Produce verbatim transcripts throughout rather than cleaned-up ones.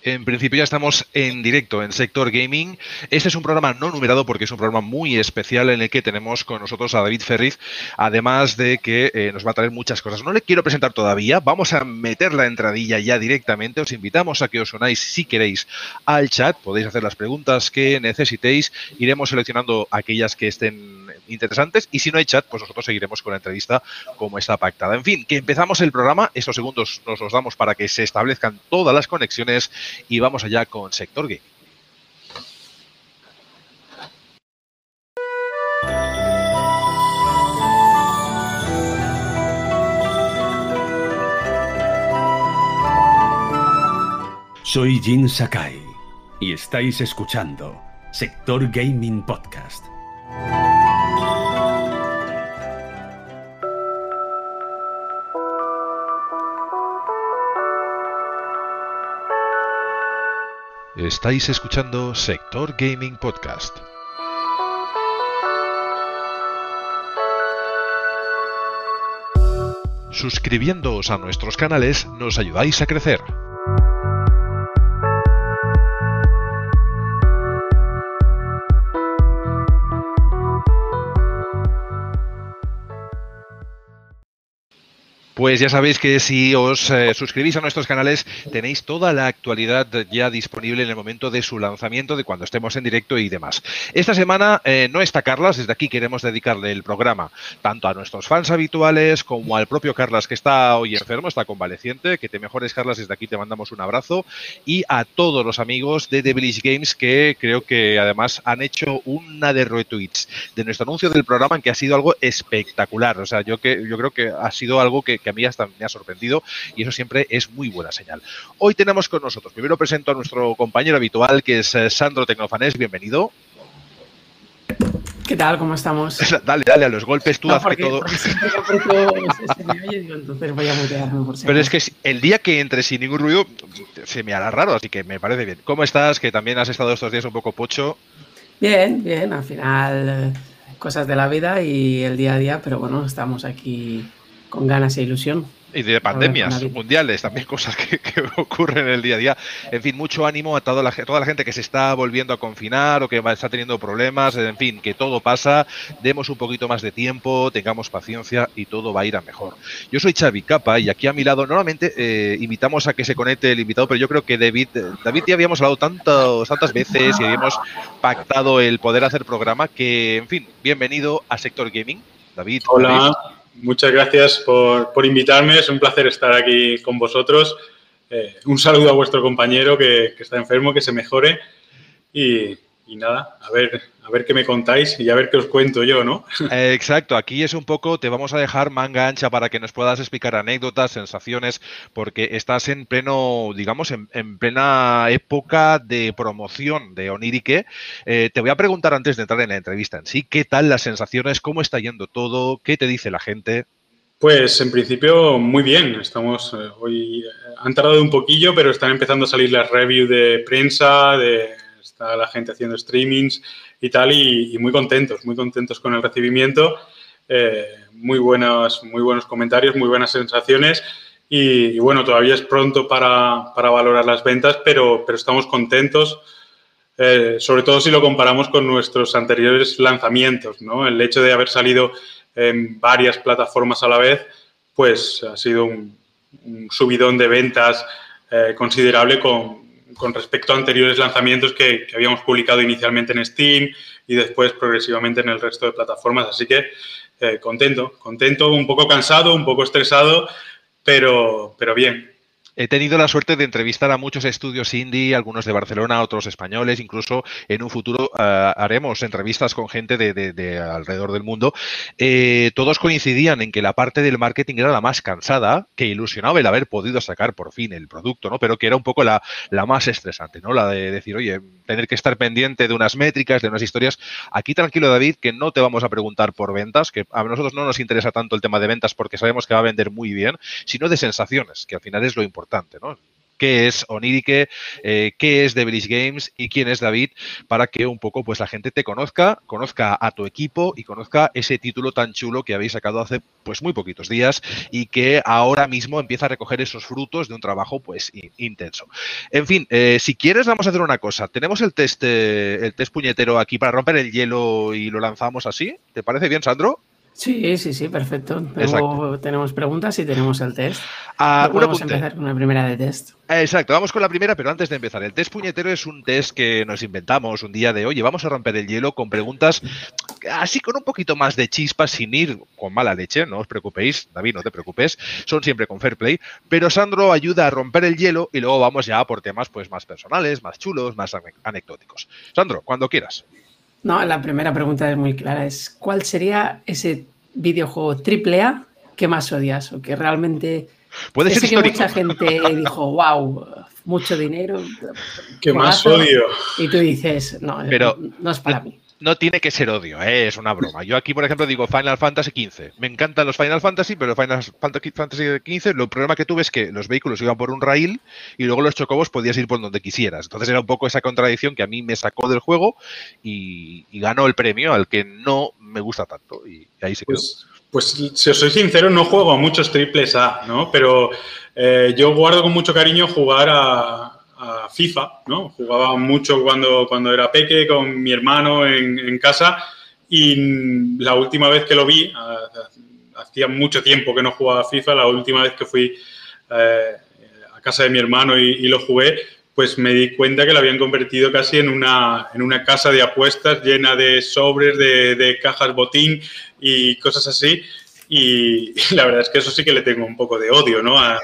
En principio ya estamos en directo en Sector Gaming. Este es un programa no numerado porque es un programa muy especial en el que tenemos con nosotros a David Ferriz, además de que eh, nos va a traer muchas cosas. No le quiero presentar todavía, vamos a meter la entradilla ya directamente. Os invitamos a que os unáis, si queréis, al chat. Podéis hacer las preguntas que necesitéis. Iremos seleccionando aquellas que estén interesantes y si no hay chat, pues nosotros seguiremos con la entrevista como está pactada. En fin, que empezamos el programa. Estos segundos nos los damos para que se establezcan todas las conexiones. Y vamos allá con Sector Gaming. Soy Jin Sakai y estáis escuchando Sector Gaming Podcast. Estáis escuchando Sector Gaming Podcast. Suscribiéndoos a nuestros canales nos ayudáis a crecer. Pues ya sabéis que si os eh, suscribís a nuestros canales tenéis toda la actualidad ya disponible en el momento de su lanzamiento, de cuando estemos en directo y demás. Esta semana eh, no está Carlas, desde aquí queremos dedicarle el programa tanto a nuestros fans habituales como al propio Carlas, que está hoy enfermo, está convaleciente. Que te mejores, Carlas, desde aquí te mandamos un abrazo, y a todos los amigos de Devilish Games que creo que además han hecho una de retweets de nuestro anuncio del programa, en que ha sido algo espectacular. O sea, yo que yo creo que ha sido algo que que a mí hasta me ha sorprendido y eso siempre es muy buena señal. Hoy tenemos con nosotros, primero presento a nuestro compañero habitual, que es eh, Sandro Tecnofanés. Bienvenido. ¿Qué tal? ¿Cómo estamos? Dale, dale a los golpes, tú no, haz porque, que todo... porque siempre que aprieto se, se me oye, digo, entonces voy a mutearme por si Pero acaso. es que el día que entre sin ningún ruido se me hará raro, así que me parece bien. ¿Cómo estás? Que también has estado estos días un poco pocho. Bien, bien, al final eh, cosas de la vida y el día a día, pero bueno, estamos aquí con ganas e ilusión. Y de pandemias mundiales, también cosas que, que ocurren en el día a día. En fin, mucho ánimo a toda la, toda la gente que se está volviendo a confinar o que está teniendo problemas. En fin, que todo pasa, demos un poquito más de tiempo, tengamos paciencia y todo va a ir a mejor. Yo soy Xavi Capa y aquí a mi lado, normalmente eh, invitamos a que se conecte el invitado, pero yo creo que David, David ya habíamos hablado tantos, tantas veces y habíamos pactado el poder hacer programa que, en fin, bienvenido a Sector Gaming. David. Hola. David. Muchas gracias por, por invitarme, es un placer estar aquí con vosotros. Eh, un saludo a vuestro compañero que, que está enfermo, que se mejore y, y nada, a ver, a ver qué me contáis y a ver qué os cuento yo, ¿no? Eh, exacto, aquí es un poco, te vamos a dejar manga ancha para que nos puedas explicar anécdotas, sensaciones, porque estás en pleno, digamos, en, en plena época de promoción de Onirique. Eh, te voy a preguntar antes de entrar en la entrevista en sí, ¿qué tal las sensaciones? ¿Cómo está yendo todo? ¿Qué te dice la gente? Pues en principio muy bien, estamos eh, hoy, eh, han tardado un poquillo, pero están empezando a salir las reviews de prensa, de, está la gente haciendo streamings y tal, y, y muy contentos, muy contentos con el recibimiento, eh, muy, buenos, muy buenos comentarios, muy buenas sensaciones y, y bueno, todavía es pronto para, para valorar las ventas, pero, pero estamos contentos, eh, sobre todo si lo comparamos con nuestros anteriores lanzamientos, ¿no? El hecho de haber salido en varias plataformas a la vez, pues ha sido un, un subidón de ventas eh, considerable con, con respecto a anteriores lanzamientos que, que habíamos publicado inicialmente en Steam y después progresivamente en el resto de plataformas. Así que eh, contento, contento, un poco cansado, un poco estresado, pero, pero bien. He tenido la suerte de entrevistar a muchos estudios indie, algunos de Barcelona, otros españoles, incluso en un futuro uh, haremos entrevistas con gente de, de, de alrededor del mundo. Eh, todos coincidían en que la parte del marketing era la más cansada, que ilusionaba el haber podido sacar por fin el producto, ¿no? Pero que era un poco la, la más estresante, ¿no? La de decir, oye, tener que estar pendiente de unas métricas, de unas historias. Aquí tranquilo, David, que no te vamos a preguntar por ventas, que a nosotros no nos interesa tanto el tema de ventas porque sabemos que va a vender muy bien, sino de sensaciones, que al final es lo importante, ¿no? qué es Onirique, eh, qué es Devilish Games y quién es David, para que un poco pues la gente te conozca, conozca a tu equipo y conozca ese título tan chulo que habéis sacado hace pues muy poquitos días y que ahora mismo empieza a recoger esos frutos de un trabajo pues intenso. En fin, eh, si quieres vamos a hacer una cosa. Tenemos el test, eh, el test puñetero aquí para romper el hielo y lo lanzamos así. ¿Te parece bien, Sandro? Sí, sí, sí, perfecto. Tengo, tenemos preguntas y tenemos el test. Ah, Podemos empezar con la primera de test. Exacto, vamos con la primera, pero antes de empezar, el test puñetero es un test que nos inventamos un día de, oye, vamos a romper el hielo con preguntas así con un poquito más de chispa, sin ir con mala leche, no os preocupéis, David, no te preocupes, son siempre con fair play, pero Sandro ayuda a romper el hielo y luego vamos ya por temas pues más personales, más chulos, más anecdóticos. Sandro, cuando quieras. No, la primera pregunta es muy clara, es ¿cuál sería ese videojuego triple A que más odias o que realmente... Puede ser histórico. Que mucha gente dijo, wow, mucho dinero. ¿Qué más odio? Y tú dices, no, pero no es para mí. No tiene que ser odio, ¿eh? Es una broma. Yo aquí, por ejemplo, digo Final Fantasy quince. Me encantan los Final Fantasy, pero Final Fantasy quince, el problema que tuve es que los vehículos iban por un rail y luego los chocobos podías ir por donde quisieras. Entonces era un poco esa contradicción que a mí me sacó del juego y, y ganó el premio al que no me gusta tanto. Y ahí se quedó. Pues, pues si os soy sincero, no juego a muchos triples A, ¿no? Pero eh, yo guardo con mucho cariño jugar a... a FIFA, ¿no? Jugaba mucho cuando, cuando era peque con mi hermano en, en casa y la última vez que lo vi, hacía mucho tiempo que no jugaba a FIFA, la última vez que fui eh, a casa de mi hermano y, y lo jugué, pues me di cuenta que lo habían convertido casi en una, en una casa de apuestas llena de sobres, de, de cajas botín y cosas así y, y la verdad es que eso sí que le tengo un poco de odio, ¿no? A, a,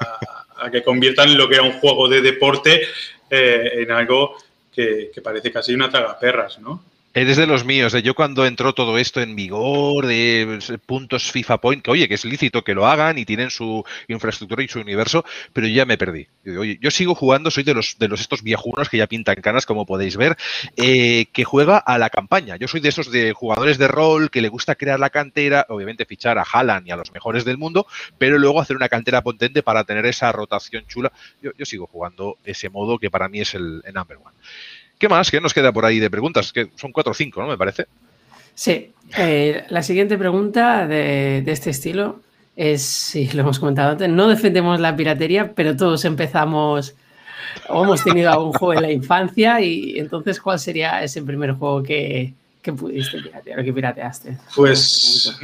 a que conviertan lo que era un juego de deporte eh, en algo que, que parece casi una tragaperras, ¿no? Eres de los míos. ¿eh? Yo cuando entró todo esto en vigor, de puntos FIFA Point, que oye, que es lícito que lo hagan y tienen su infraestructura y su universo, pero yo ya me perdí. Yo, oye, yo sigo jugando, soy de los de los estos viejunos que ya pintan canas, como podéis ver, eh, que juega a la campaña. Yo soy de esos de jugadores de rol que le gusta crear la cantera, obviamente fichar a Haaland y a los mejores del mundo, pero luego hacer una cantera potente para tener esa rotación chula. Yo, yo sigo jugando ese modo que para mí es el, el number one. ¿Qué más? ¿Qué nos queda por ahí de preguntas? Que son cuatro o cinco, ¿no? Me parece. Sí. Eh, la siguiente pregunta de, de este estilo es, sí, lo hemos comentado antes, no defendemos la piratería, pero todos empezamos o hemos tenido algún juego en la infancia y entonces, ¿cuál sería ese primer juego que, que pudiste piratear o que pirateaste? Pues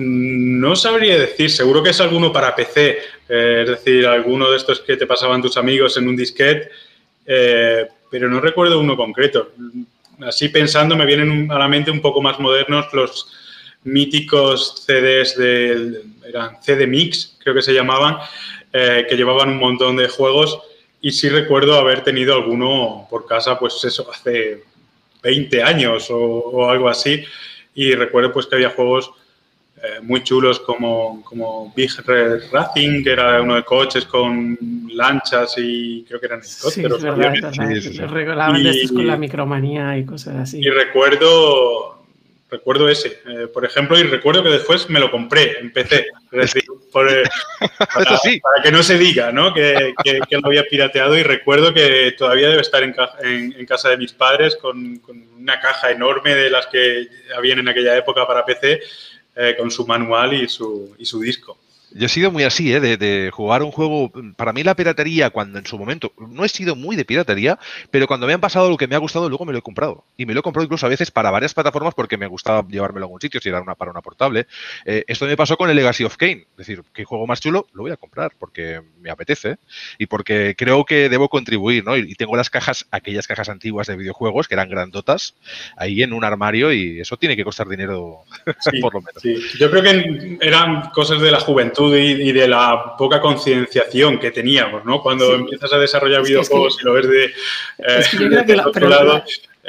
no sabría decir, seguro que es alguno para P C, eh, es decir, alguno de estos que te pasaban tus amigos en un disquete, eh, pero no recuerdo uno concreto. Así pensando me vienen a la mente un poco más modernos los míticos C Ds de, eran C D Mix, creo que se llamaban, eh, que llevaban un montón de juegos y sí recuerdo haber tenido alguno por casa, pues eso, hace veinte años o, o algo así y recuerdo pues que había juegos eh, muy chulos como, como Big Red Racing, que era uno de coches con lanchas y creo que eran helicópteros. Sí, es verdad, es verdad. Sí, sí, sí. Regalaban de estos con la micromanía y cosas así. Y recuerdo, recuerdo ese, eh, por ejemplo, y recuerdo que después me lo compré en P C. Es decir, por, eh, para, sí. para que no se diga, ¿no? Que, que, que lo había pirateado y recuerdo que todavía debe estar en, en, en casa de mis padres con, con una caja enorme de las que habían en aquella época para P C, eh, con su manual y su, y su disco. Yo he sido muy así, ¿eh? de, de jugar un juego. Para mí la piratería, cuando en su momento, no he sido muy de piratería, pero cuando me han pasado lo que me ha gustado, luego me lo he comprado. Y me lo he comprado incluso a veces para varias plataformas porque me gustaba llevármelo a algún sitio, si era una, para una portable. Eh, esto me pasó con el Legacy of Kain. Es decir, ¿qué juego más chulo? Lo voy a comprar porque me apetece y porque creo que debo contribuir, ¿no? Y, y tengo las cajas, aquellas cajas antiguas de videojuegos que eran grandotas, ahí en un armario y eso tiene que costar dinero, sí, por lo menos. Sí. Yo creo que eran cosas de la juventud y de la poca concienciación que teníamos, ¿no? Cuando sí. empiezas a desarrollar videojuegos es que, y lo ves de, eh, es que yo creo de que la, otro lado, la,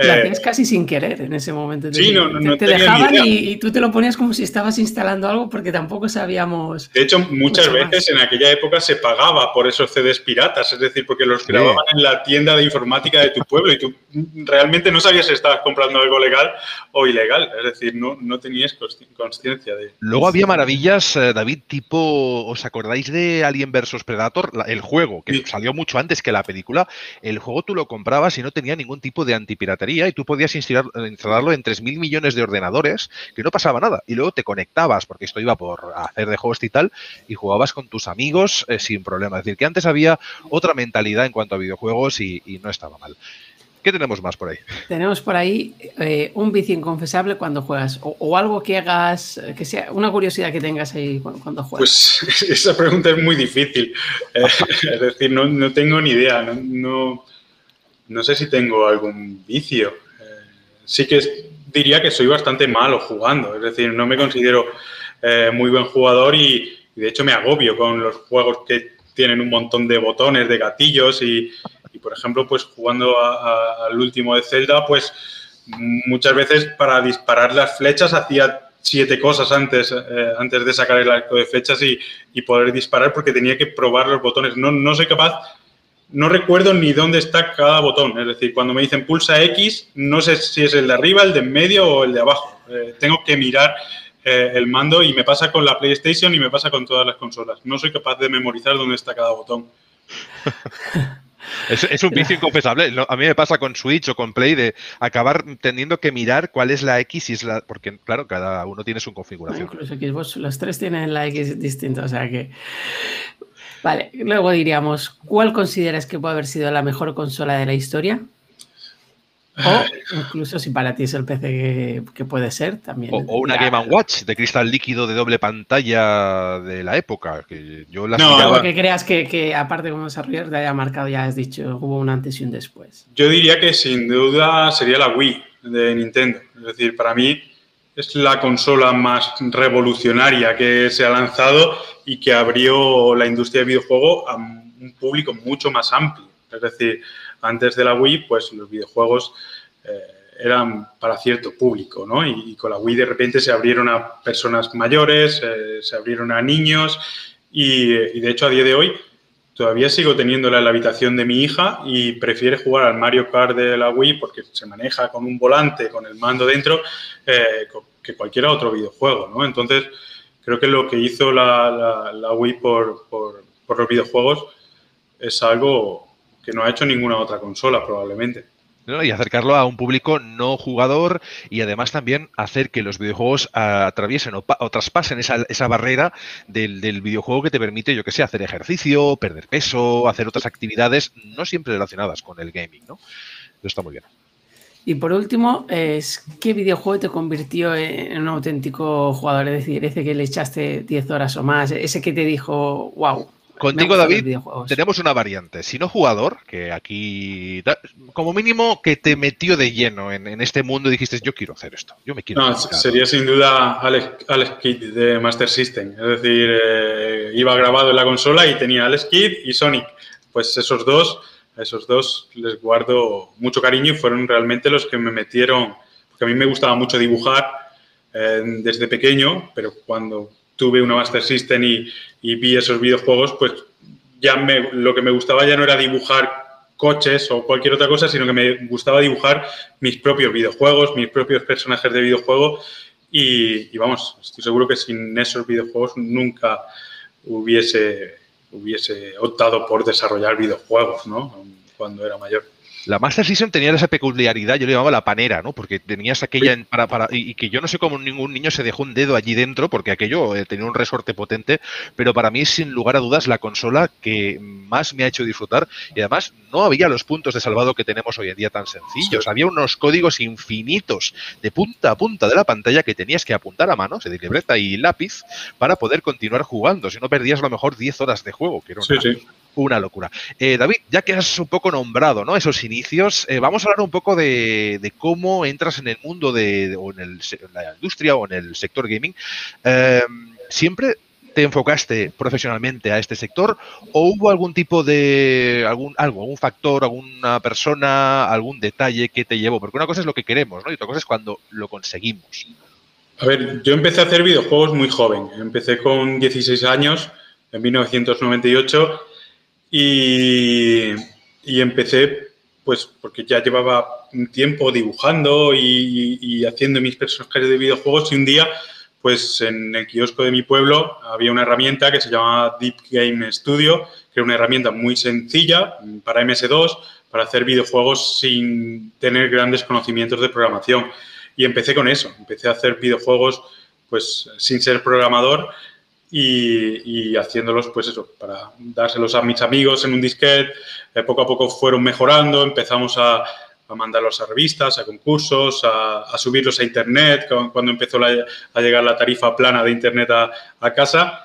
Lo hacías casi sin querer en ese momento. Sí, no, no, te, no te dejaban y, y tú te lo ponías como si estabas instalando algo porque tampoco sabíamos. De hecho, muchas veces más. En aquella época se pagaba por esos C Ds piratas, es decir, porque los sí. grababan en la tienda de informática de tu pueblo y tú realmente no sabías si estabas comprando algo legal o ilegal. Es decir, no, no tenías consciencia de... Luego había maravillas, eh, David, tipo, ¿os acordáis de Alien versus Predator? La, el juego, que sí. salió mucho antes que la película. El juego tú lo comprabas y no tenía ningún tipo de antipiratería y tú podías instalar, instalarlo en tres mil millones de ordenadores, que no pasaba nada. Y luego te conectabas, porque esto iba por hacer de host y tal, y jugabas con tus amigos eh, sin problema. Es decir, que antes había otra mentalidad en cuanto a videojuegos y, y no estaba mal. ¿Qué tenemos más por ahí? Tenemos por ahí eh, un vicio inconfesable cuando juegas o, o algo que hagas, que sea una curiosidad que tengas ahí cuando, cuando juegas. Pues esa pregunta es muy difícil. Eh, es decir, no, no tengo ni idea. No, no, no sé si tengo algún vicio. Eh, sí que es, diría que soy bastante malo jugando. Es decir, no me considero eh, muy buen jugador y, y de hecho me agobio con los juegos que tienen un montón de botones, de gatillos y... Y, por ejemplo, pues jugando a, a, al último de Zelda, pues muchas veces para disparar las flechas hacía siete cosas antes, eh, antes de sacar el arco de flechas y, y poder disparar porque tenía que probar los botones. No, no soy capaz, no recuerdo ni dónde está cada botón. Es decir, cuando me dicen pulsa X, no sé si es el de arriba, el de en medio o el de abajo. Eh, tengo que mirar eh, el mando y me pasa con la PlayStation y me pasa con todas las consolas. No soy capaz de memorizar dónde está cada botón. Es, es un vicio inconfesable. A mí me pasa con Switch o con Play de acabar teniendo que mirar cuál es la X y es la... Porque, claro, cada uno tiene su configuración. No, incluso Xbox, los tres tienen la X distinta, o sea que... Vale, luego diríamos, ¿cuál consideras que puede haber sido la mejor consola de la historia? O incluso si para ti es el P C que, que puede ser también. O, o una ya. Game and Watch de cristal líquido de doble pantalla de la época. Que yo las no, miraba... algo que creas que, que aparte como desarrollador te haya marcado, ya has dicho, hubo un antes y un después. Yo diría que sin duda sería la Wii de Nintendo. Es decir, para mí es la consola más revolucionaria que se ha lanzado y que abrió la industria de videojuegos a un público mucho más amplio. Es decir, antes de la Wii, pues los videojuegos eh, eran para cierto público, ¿no? Y, y con la Wii de repente se abrieron a personas mayores, eh, se abrieron a niños y, y de hecho a día de hoy todavía sigo teniéndola en la habitación de mi hija y prefiere jugar al Mario Kart de la Wii porque se maneja con un volante, con el mando dentro, eh, que cualquier otro videojuego, ¿no? Entonces, creo que lo que hizo la, la, la Wii por, por, por los videojuegos es algo que no ha hecho ninguna otra consola probablemente. ¿No? Y acercarlo a un público no jugador y además también hacer que los videojuegos atraviesen o, o traspasen esa, esa barrera del, del videojuego que te permite, yo que sé, hacer ejercicio, perder peso, hacer otras actividades no siempre relacionadas con el gaming, ¿no? Eso está muy bien. Y por último, es ¿qué videojuego te convirtió en un auténtico jugador? Es decir, ese que le echaste diez horas o más, ese que te dijo, wow. Contigo, David, tenemos una variante. Si no jugador, que aquí, como mínimo, que te metió de lleno en, en este mundo y dijiste, yo quiero hacer esto, yo me quiero No, dedicar. Sería sin duda Alex, Alex Kidd de Master System. Es decir, eh, iba grabado en la consola y tenía Alex Kidd y Sonic. Pues esos dos, esos dos les guardo mucho cariño y fueron realmente los que me metieron, porque a mí me gustaba mucho dibujar eh, desde pequeño, pero cuando tuve una Master System y, y vi esos videojuegos, pues ya me, lo que me gustaba ya no era dibujar coches o cualquier otra cosa, sino que me gustaba dibujar mis propios videojuegos, mis propios personajes de videojuegos y, y vamos, estoy seguro que sin esos videojuegos nunca hubiese, hubiese optado por desarrollar videojuegos, ¿no? Cuando era mayor. La Master System tenía esa peculiaridad, yo le llamaba la panera, ¿no? Porque tenías aquella en, para, para y, y que yo no sé cómo ningún niño se dejó un dedo allí dentro, porque aquello eh, tenía un resorte potente, pero para mí, sin lugar a dudas, la consola que más me ha hecho disfrutar y además no había los puntos de salvado que tenemos hoy en día tan sencillos. Sí. Había unos códigos infinitos de punta a punta de la pantalla que tenías que apuntar a mano, de libreta y lápiz, para poder continuar jugando. Si no, perdías a lo mejor diez horas de juego, que era una, sí, sí. una locura. Eh, David, ya que has un poco nombrado, ¿no?, esos inicios, eh, vamos a hablar un poco de, de cómo entras en el mundo de, de o en, el, en la industria o en el sector gaming. Eh, siempre te enfocaste profesionalmente a este sector o hubo algún tipo de, algún, algo, algún factor, alguna persona, algún detalle que te llevó? Porque una cosa es lo que queremos, ¿no? Y otra cosa es cuando lo conseguimos. A ver, yo empecé a hacer videojuegos muy joven. Empecé con dieciséis años, en mil novecientos noventa y ocho, y, y empecé pues porque ya llevaba un tiempo dibujando y, y haciendo mis personajes de videojuegos, y un día, pues en el kiosco de mi pueblo había una herramienta que se llamaba Deep Game Studio, que era una herramienta muy sencilla para eme ese dos, para hacer videojuegos sin tener grandes conocimientos de programación. Y empecé con eso, empecé a hacer videojuegos pues sin ser programador y, y haciéndolos pues eso, para dárselos a mis amigos en un disquete. Eh, poco a poco fueron mejorando, empezamos a, a mandarlos a revistas, a concursos, a, a subirlos a internet, cuando empezó la, a llegar la tarifa plana de internet a, a casa,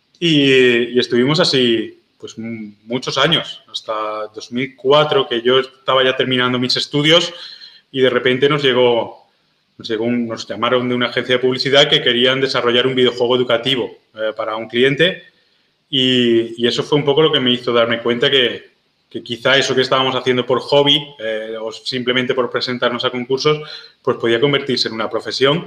y, y estuvimos así pues muchos años, hasta dos mil cuatro, que yo estaba ya terminando mis estudios, y de repente nos llegó Nos, llegó un, nos llamaron de una agencia de publicidad que querían desarrollar un videojuego educativo eh, para un cliente, y, y eso fue un poco lo que me hizo darme cuenta que, que quizá eso que estábamos haciendo por hobby eh, o simplemente por presentarnos a concursos, pues podía convertirse en una profesión.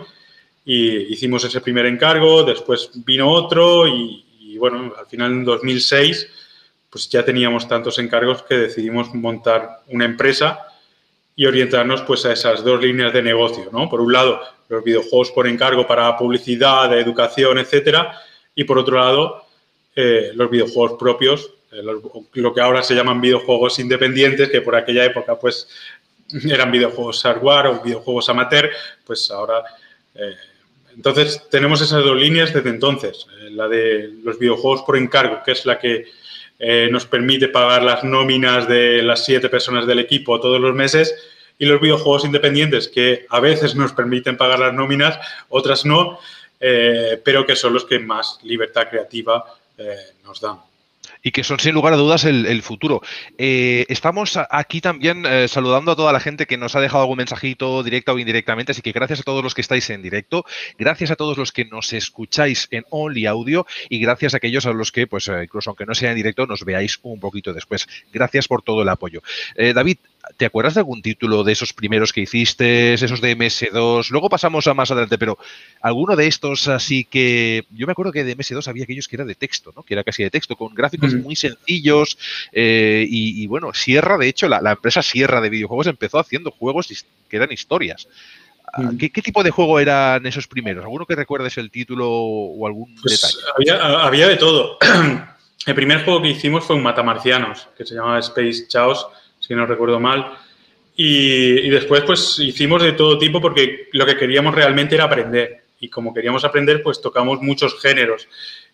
Y hicimos ese primer encargo, después vino otro y, y bueno, al final en dos mil seis pues ya teníamos tantos encargos que decidimos montar una empresa y orientarnos pues a esas dos líneas de negocio, ¿no? Por un lado, los videojuegos por encargo para publicidad, educación, etcétera, y por otro lado, eh, los videojuegos propios, eh, los, lo que ahora se llaman videojuegos independientes, que por aquella época pues eran videojuegos hardware o videojuegos amateur, pues ahora... Eh, entonces, tenemos esas dos líneas desde entonces, eh, la de los videojuegos por encargo, que es la que Eh, nos permite pagar las nóminas de las siete personas del equipo todos los meses, y los videojuegos independientes, que a veces nos permiten pagar las nóminas, otras no, eh, pero que son los que más libertad creativa eh, nos dan. Y que son sin lugar a dudas el, el futuro. Eh, estamos aquí también eh, saludando a toda la gente que nos ha dejado algún mensajito directa o indirectamente, así que gracias a todos los que estáis en directo, gracias a todos los que nos escucháis en Only Audio, y gracias a aquellos a los que, pues eh, incluso aunque no sea en directo, nos veáis un poquito después. Gracias por todo el apoyo. Eh, David, ¿te acuerdas de algún título de esos primeros que hiciste, esos de eme ese dos? Luego pasamos a más adelante, pero alguno de estos así que... Yo me acuerdo que de eme ese dos había aquellos que era de texto, ¿no? Que era casi de texto, con gráficos mm. muy sencillos, eh, y, y bueno, Sierra, de hecho, la, la empresa Sierra de videojuegos empezó haciendo juegos que eran historias. Mm. ¿Qué, ¿Qué tipo de juego eran esos primeros? ¿Alguno que recuerdes el título o algún pues detalle? Había, había de todo. El primer juego que hicimos fue un matamarcianos, que se llamaba Space Chaos, si no recuerdo mal, y, y después pues hicimos de todo tipo porque lo que queríamos realmente era aprender, y como queríamos aprender pues tocamos muchos géneros,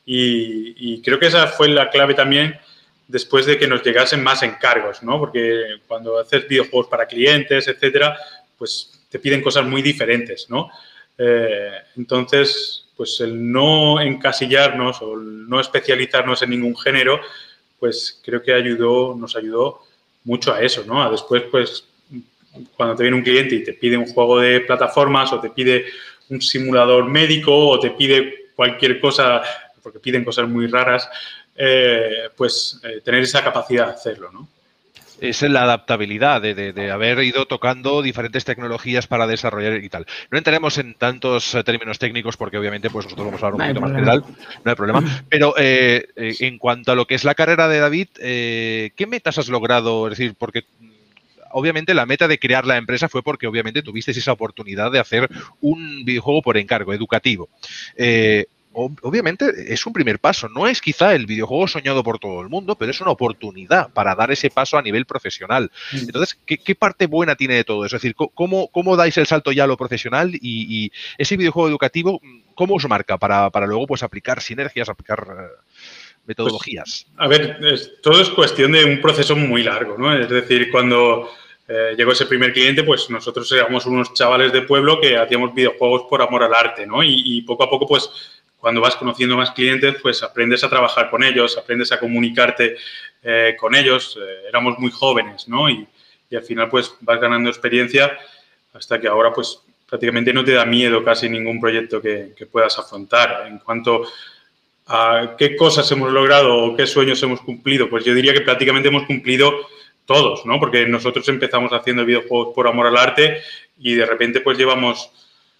y, y creo que esa fue la clave también después de que nos llegasen más encargos, ¿no? Porque cuando haces videojuegos para clientes, etcétera, pues te piden cosas muy diferentes, ¿no? Eh, entonces, pues el no encasillarnos o el no especializarnos en ningún género, pues creo que ayudó, nos ayudó mucho a eso, ¿no? A después, pues, cuando te viene un cliente y te pide un juego de plataformas o te pide un simulador médico o te pide cualquier cosa, porque piden cosas muy raras, eh, pues eh, tener esa capacidad de hacerlo, ¿no? Es la adaptabilidad de, de, de haber ido tocando diferentes tecnologías para desarrollar y tal. No entraremos en tantos términos técnicos porque obviamente pues nosotros vamos a hablar un poquito más general, no hay problema. Pero eh, eh, en cuanto a lo que es la carrera de David, eh, ¿qué metas has logrado? Es decir, porque obviamente la meta de crear la empresa fue porque obviamente tuvisteis esa oportunidad de hacer un videojuego por encargo educativo. Eh, Obviamente es un primer paso, no es quizá el videojuego soñado por todo el mundo, pero es una oportunidad para dar ese paso a nivel profesional. Entonces, ¿qué, qué parte buena tiene de todo eso? Es decir, ¿cómo, cómo dais el salto ya a lo profesional y, y ese videojuego educativo, cómo os marca para, para luego pues aplicar sinergias, aplicar uh, metodologías? Pues, a ver, es, todo es cuestión de un proceso muy largo, ¿no? Es decir, cuando eh, llegó ese primer cliente, pues nosotros éramos unos chavales de pueblo que hacíamos videojuegos por amor al arte, ¿no? Y, y poco a poco, pues, cuando vas conociendo más clientes, pues aprendes a trabajar con ellos, aprendes a comunicarte eh, con ellos. Eh, éramos muy jóvenes, ¿no? Y, y al final, pues, vas ganando experiencia hasta que ahora, pues, prácticamente no te da miedo casi ningún proyecto que, que puedas afrontar. En cuanto a qué cosas hemos logrado o qué sueños hemos cumplido, pues yo diría que prácticamente hemos cumplido todos, ¿no? Porque nosotros empezamos haciendo videojuegos por amor al arte y de repente pues llevamos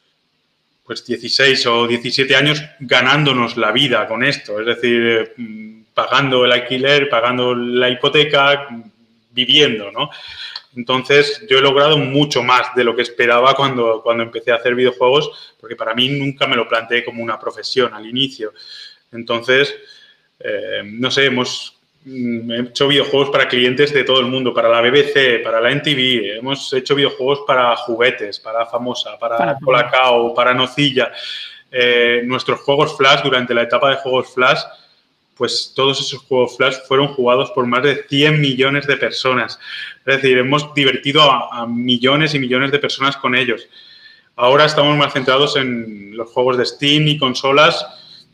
pues dieciséis o diecisiete años ganándonos la vida con esto, es decir, pagando el alquiler, pagando la hipoteca, viviendo, ¿no? Entonces, yo he logrado mucho más de lo que esperaba cuando, cuando empecé a hacer videojuegos, porque para mí nunca me lo planteé como una profesión al inicio. Entonces, eh, no sé, hemos hecho videojuegos para clientes de todo el mundo, para la B B C, para la M T V, hemos hecho videojuegos para juguetes, para Famosa, para, para Colacao, para Nocilla. Eh, nuestros juegos Flash, durante la etapa de juegos Flash, pues todos esos juegos Flash fueron jugados por más de cien millones de personas. Es decir, hemos divertido a, a millones y millones de personas con ellos. Ahora estamos más centrados en los juegos de Steam y consolas.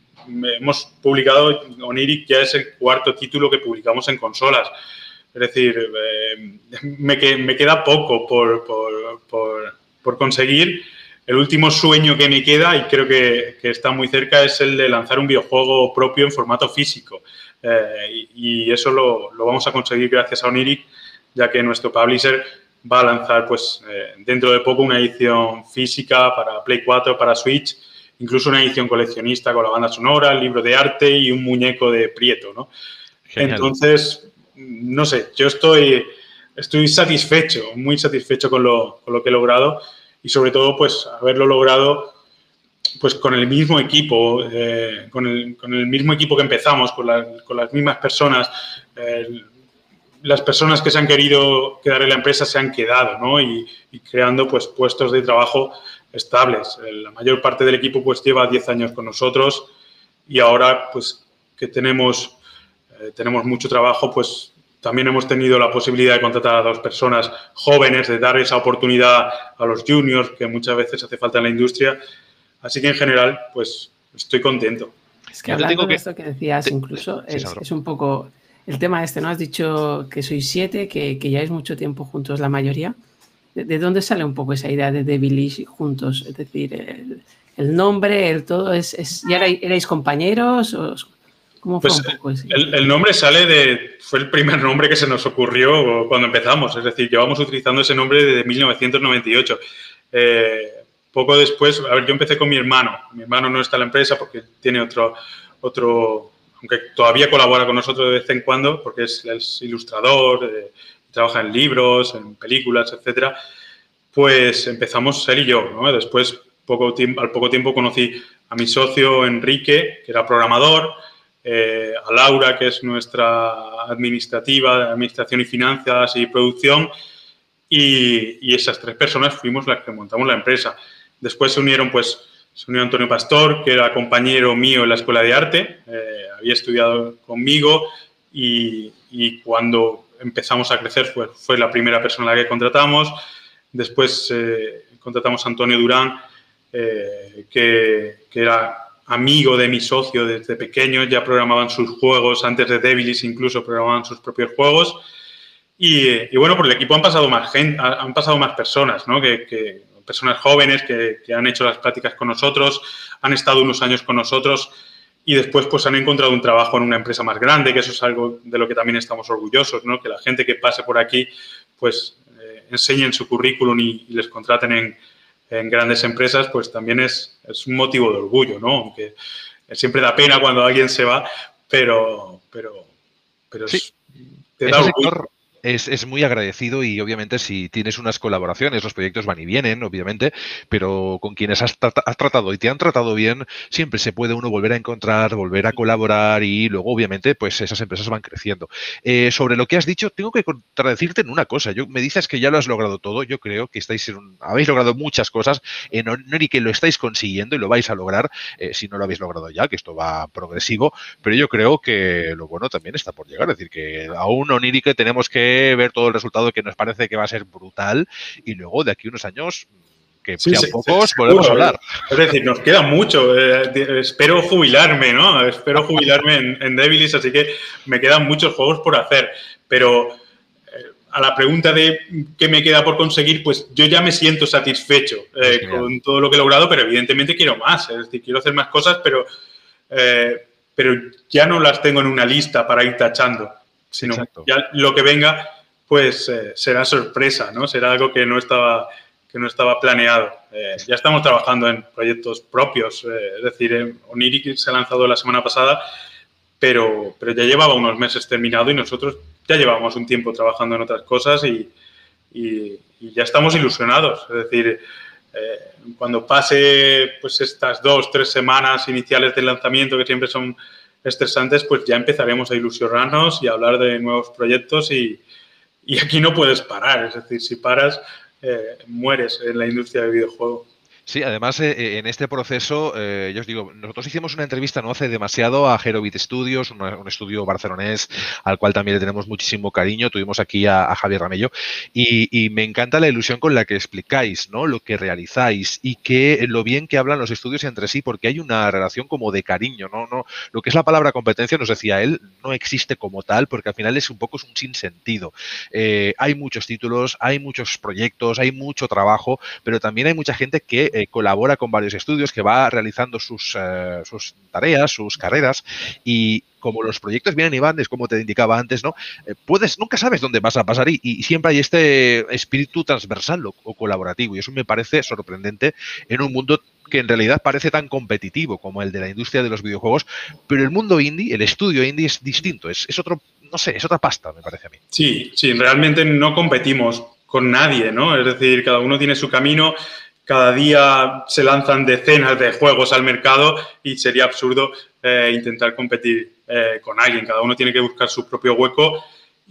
Hemos publicado, Oniric ya es el cuarto título que publicamos en consolas. Es decir, eh, me, me queda poco por, por, por, por conseguir. El último sueño que me queda, y creo que, que está muy cerca, es el de lanzar un videojuego propio en formato físico. Eh, y, y eso lo, lo vamos a conseguir gracias a Oniric, ya que nuestro publisher va a lanzar pues, eh, dentro de poco una edición física para Play cuatro, para Switch, incluso una edición coleccionista con la banda sonora, el libro de arte y un muñeco de Prieto, ¿no? Genial. Entonces, no sé, yo estoy, estoy satisfecho, muy satisfecho con lo, con lo que he logrado y sobre todo, pues, haberlo logrado pues con el mismo equipo, eh, con, el, con el mismo equipo que empezamos, con, la, con las mismas personas. Eh, las personas que se han querido quedar en la empresa se han quedado, ¿no? Y, y creando, pues, puestos de trabajo estables. La mayor parte del equipo pues lleva diez años con nosotros y ahora pues que tenemos, eh, tenemos mucho trabajo, pues también hemos tenido la posibilidad de contratar a dos personas jóvenes, de dar esa oportunidad a los juniors que muchas veces hace falta en la industria. Así que en general pues estoy contento. Es que hablando de esto que decías incluso es, es un poco el tema este, ¿no? Has dicho que sois siete, que, que lleváis mucho tiempo juntos la mayoría. ¿De dónde sale un poco esa idea de Devilish juntos? Es decir, el, el nombre, el todo, es, es ¿ya erais, erais compañeros? O, ¿Cómo fue pues un poco ese? El, el nombre sale de... Fue el primer nombre que se nos ocurrió cuando empezamos. Es decir, llevamos utilizando ese nombre desde mil novecientos noventa y ocho. Eh, poco después, a ver, yo empecé con mi hermano. Mi hermano no está en la empresa porque tiene otro... otro aunque todavía colabora con nosotros de vez en cuando, porque es, es ilustrador, eh, trabaja en libros, en películas, etcétera, pues empezamos él y yo, ¿no? Después, poco tiempo, al poco tiempo, conocí a mi socio Enrique, que era programador, eh, a Laura, que es nuestra administrativa, de administración y finanzas y producción, y, y esas tres personas fuimos las que montamos la empresa. Después se unieron, pues, se unió Antonio Pastor, que era compañero mío en la Escuela de Arte, eh, había estudiado conmigo y, y cuando empezamos a crecer, fue, fue la primera persona a la que contratamos. Después eh, contratamos a Antonio Durán, eh, que, que era amigo de mi socio desde pequeño, ya programaban sus juegos, antes de Devilish incluso programaban sus propios juegos. Y, y bueno, por el equipo han pasado más gente, han pasado más personas, ¿no? Que, que personas jóvenes que, que han hecho las prácticas con nosotros, han estado unos años con nosotros y después pues han encontrado un trabajo en una empresa más grande, que eso es algo de lo que también estamos orgullosos, ¿no? Que la gente que pase por aquí pues eh, enseñen su currículum y, y les contraten en, en grandes empresas, pues también es, es un motivo de orgullo, ¿no? Aunque siempre da pena cuando alguien se va, pero, pero, pero sí. es, te da orgullo. Es, es muy agradecido y obviamente si tienes unas colaboraciones, los proyectos van y vienen, obviamente, pero con quienes has, tra has tratado y te han tratado bien, siempre se puede uno volver a encontrar, volver a colaborar y luego obviamente pues esas empresas van creciendo. Eh, sobre lo que has dicho, tengo que contradecirte en una cosa. Yo, me dices que ya lo has logrado todo, yo creo que estáis en un, habéis logrado muchas cosas, en Oniric que lo estáis consiguiendo y lo vais a lograr, eh, si no lo habéis logrado ya, que esto va progresivo, pero yo creo que lo bueno también está por llegar, es decir, que aún Oniric tenemos que ver todo el resultado que nos parece que va a ser brutal y luego de aquí unos años que sí, sean sí, pocos sí, podemos seguro, hablar. Es decir, nos queda mucho. Eh, espero jubilarme, ¿no? Espero jubilarme en, en Devilish, así que me quedan muchos juegos por hacer. Pero eh, a la pregunta de qué me queda por conseguir, pues yo ya me siento satisfecho eh, con todo lo que he logrado, pero evidentemente quiero más. Es decir, quiero hacer más cosas, pero... Eh, pero ya no las tengo en una lista para ir tachando, sino Exacto. ya lo que venga, pues eh, será sorpresa, ¿no? Será algo que no estaba, que no estaba planeado. Eh, ya estamos trabajando en proyectos propios, eh, es decir, eh, Oniric se ha lanzado la semana pasada, pero, pero ya llevaba unos meses terminado y nosotros ya llevábamos un tiempo trabajando en otras cosas y, y, y ya estamos ilusionados. Es decir, eh, cuando pase pues estas dos, tres semanas iniciales del lanzamiento, que siempre son estresantes, pues ya empezaremos a ilusionarnos y a hablar de nuevos proyectos y, y aquí no puedes parar. Es decir, si paras, eh, mueres en la industria del videojuego. Sí, además eh, en este proceso, eh, yo os digo, nosotros hicimos una entrevista no hace demasiado a Herobit Studios, un, un estudio barcelonés al cual también le tenemos muchísimo cariño. Tuvimos aquí a, a Javier Ramello y, y me encanta la ilusión con la que explicáis, ¿no?, lo que realizáis y que lo bien que hablan los estudios entre sí, porque hay una relación como de cariño, ¿no? No, lo que es la palabra competencia, nos decía él, no existe como tal, porque al final es un poco es un sinsentido. Eh, hay muchos títulos, hay muchos proyectos, hay mucho trabajo, pero también hay mucha gente que Eh, colabora con varios estudios, que va realizando sus, eh, sus tareas, sus carreras, y como los proyectos vienen y van, es como te indicaba antes, ¿no? Eh, puedes, nunca sabes dónde vas a pasar y, y siempre hay este espíritu transversal o, o colaborativo, y eso me parece sorprendente en un mundo que en realidad parece tan competitivo como el de la industria de los videojuegos, pero el mundo indie, el estudio indie es distinto, es, es otro, no sé, es otra pasta, me parece a mí. Sí, sí, realmente no competimos con nadie, ¿no? Es decir, cada uno tiene su camino. Cada día se lanzan decenas de juegos al mercado y sería absurdo eh, intentar competir eh, con alguien. Cada uno tiene que buscar su propio hueco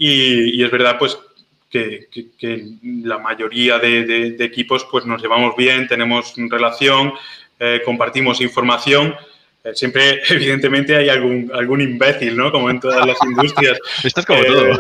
y, y es verdad pues que, que, que la mayoría de, de, de equipos pues nos llevamos bien, tenemos relación, eh, compartimos información. Eh, siempre, evidentemente, hay algún, algún imbécil, ¿no? Como en todas las industrias. Esto es como eh, todo.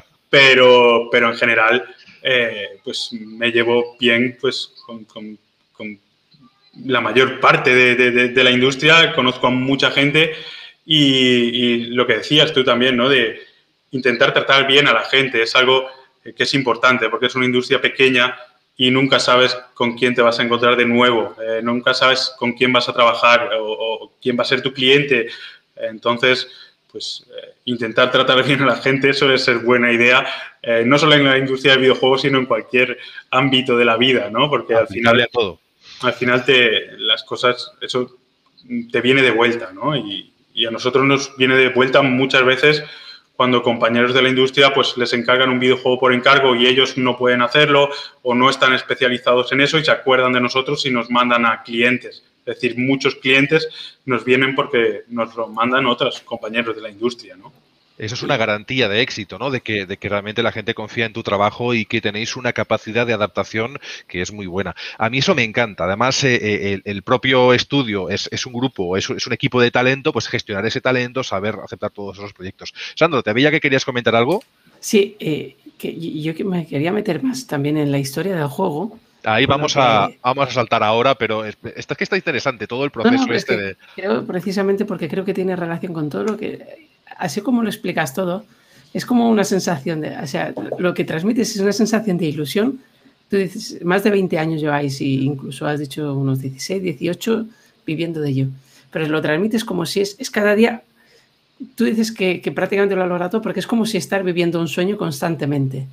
Pero, pero en general, eh, pues me llevo bien pues con, con con la mayor parte de, de, de la industria, conozco a mucha gente y, y lo que decías tú también, ¿no?, de intentar tratar bien a la gente, es algo que es importante porque es una industria pequeña y nunca sabes con quién te vas a encontrar de nuevo, eh, nunca sabes con quién vas a trabajar o, o quién va a ser tu cliente, entonces pues eh, intentar tratar bien a la gente suele ser buena idea, eh, no solo en la industria del videojuego, sino en cualquier ámbito de la vida, ¿no? Porque al final a todo. Al final te, las cosas, eso te viene de vuelta, ¿no? Y, y a nosotros nos viene de vuelta muchas veces cuando compañeros de la industria pues les encargan un videojuego por encargo y ellos no pueden hacerlo o no están especializados en eso y se acuerdan de nosotros y nos mandan a clientes. Es decir, muchos clientes nos vienen porque nos lo mandan otros compañeros de la industria, ¿no? Eso es una garantía de éxito, ¿no? De que, de que realmente la gente confía en tu trabajo y que tenéis una capacidad de adaptación que es muy buena. A mí eso me encanta. Además, eh, el, el propio estudio es, es un grupo, es, es un equipo de talento, pues gestionar ese talento, saber aceptar todos esos proyectos. Sandro, ¿te veía que querías comentar algo? Sí, eh, que yo me quería meter más también en la historia del juego. Ahí vamos, que... a, vamos a saltar ahora, pero esto es que está interesante, todo el proceso no, no, este es que de... Creo, precisamente porque creo que tiene relación con todo lo que... Así como lo explicas todo, es como una sensación de... O sea, lo que transmites es una sensación de ilusión. Tú dices, más de veinte años lleváis y incluso has dicho unos dieciséis, dieciocho viviendo de ello. Pero lo transmites como si es, es cada día... Tú dices que, que prácticamente lo has logrado porque es como si estar viviendo un sueño constantemente.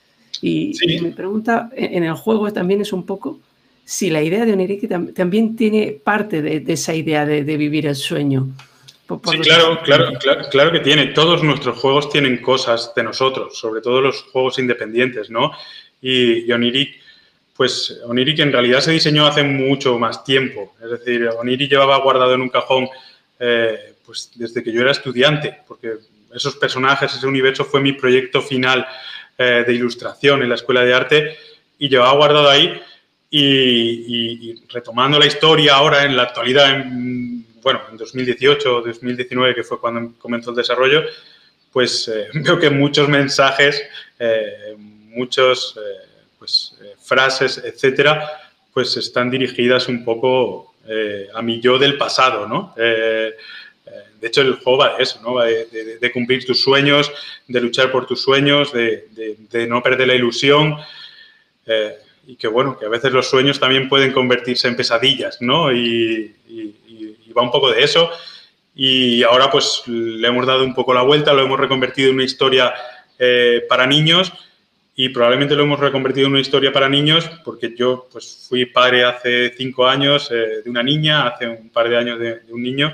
Y, sí. y mi pregunta en el juego también es un poco si la idea de Oniric tam, también tiene parte de, de esa idea de, de vivir el sueño. Por, por sí, claro, claro, claro, claro que tiene. Todos nuestros juegos tienen cosas de nosotros, sobre todo los juegos independientes, ¿no? Y, y Oniric, pues Oniric en realidad se diseñó hace mucho más tiempo. Es decir, Oniric llevaba guardado en un cajón eh, pues desde que yo era estudiante, porque esos personajes, ese universo fue mi proyecto final eh, de ilustración en la Escuela de Arte y llevaba guardado ahí y, y, y retomando la historia ahora en la actualidad, en, bueno, en dos mil dieciocho, dos mil diecinueve, que fue cuando comenzó el desarrollo, pues eh, veo que muchos mensajes, eh, muchos eh, pues, eh, frases, etcétera, pues están dirigidas un poco eh, a mi yo del pasado, ¿no? Eh, de hecho, el juego va de eso, ¿no? Va de, de, de cumplir tus sueños, de luchar por tus sueños, de, de, de no perder la ilusión eh, y que, bueno, que a veces los sueños también pueden convertirse en pesadillas, ¿no? Y, y, y va un poco de eso y ahora pues le hemos dado un poco la vuelta, lo hemos reconvertido en una historia eh, para niños y probablemente lo hemos reconvertido en una historia para niños porque yo pues fui padre hace cinco años eh, de una niña, hace un par de años de, de un niño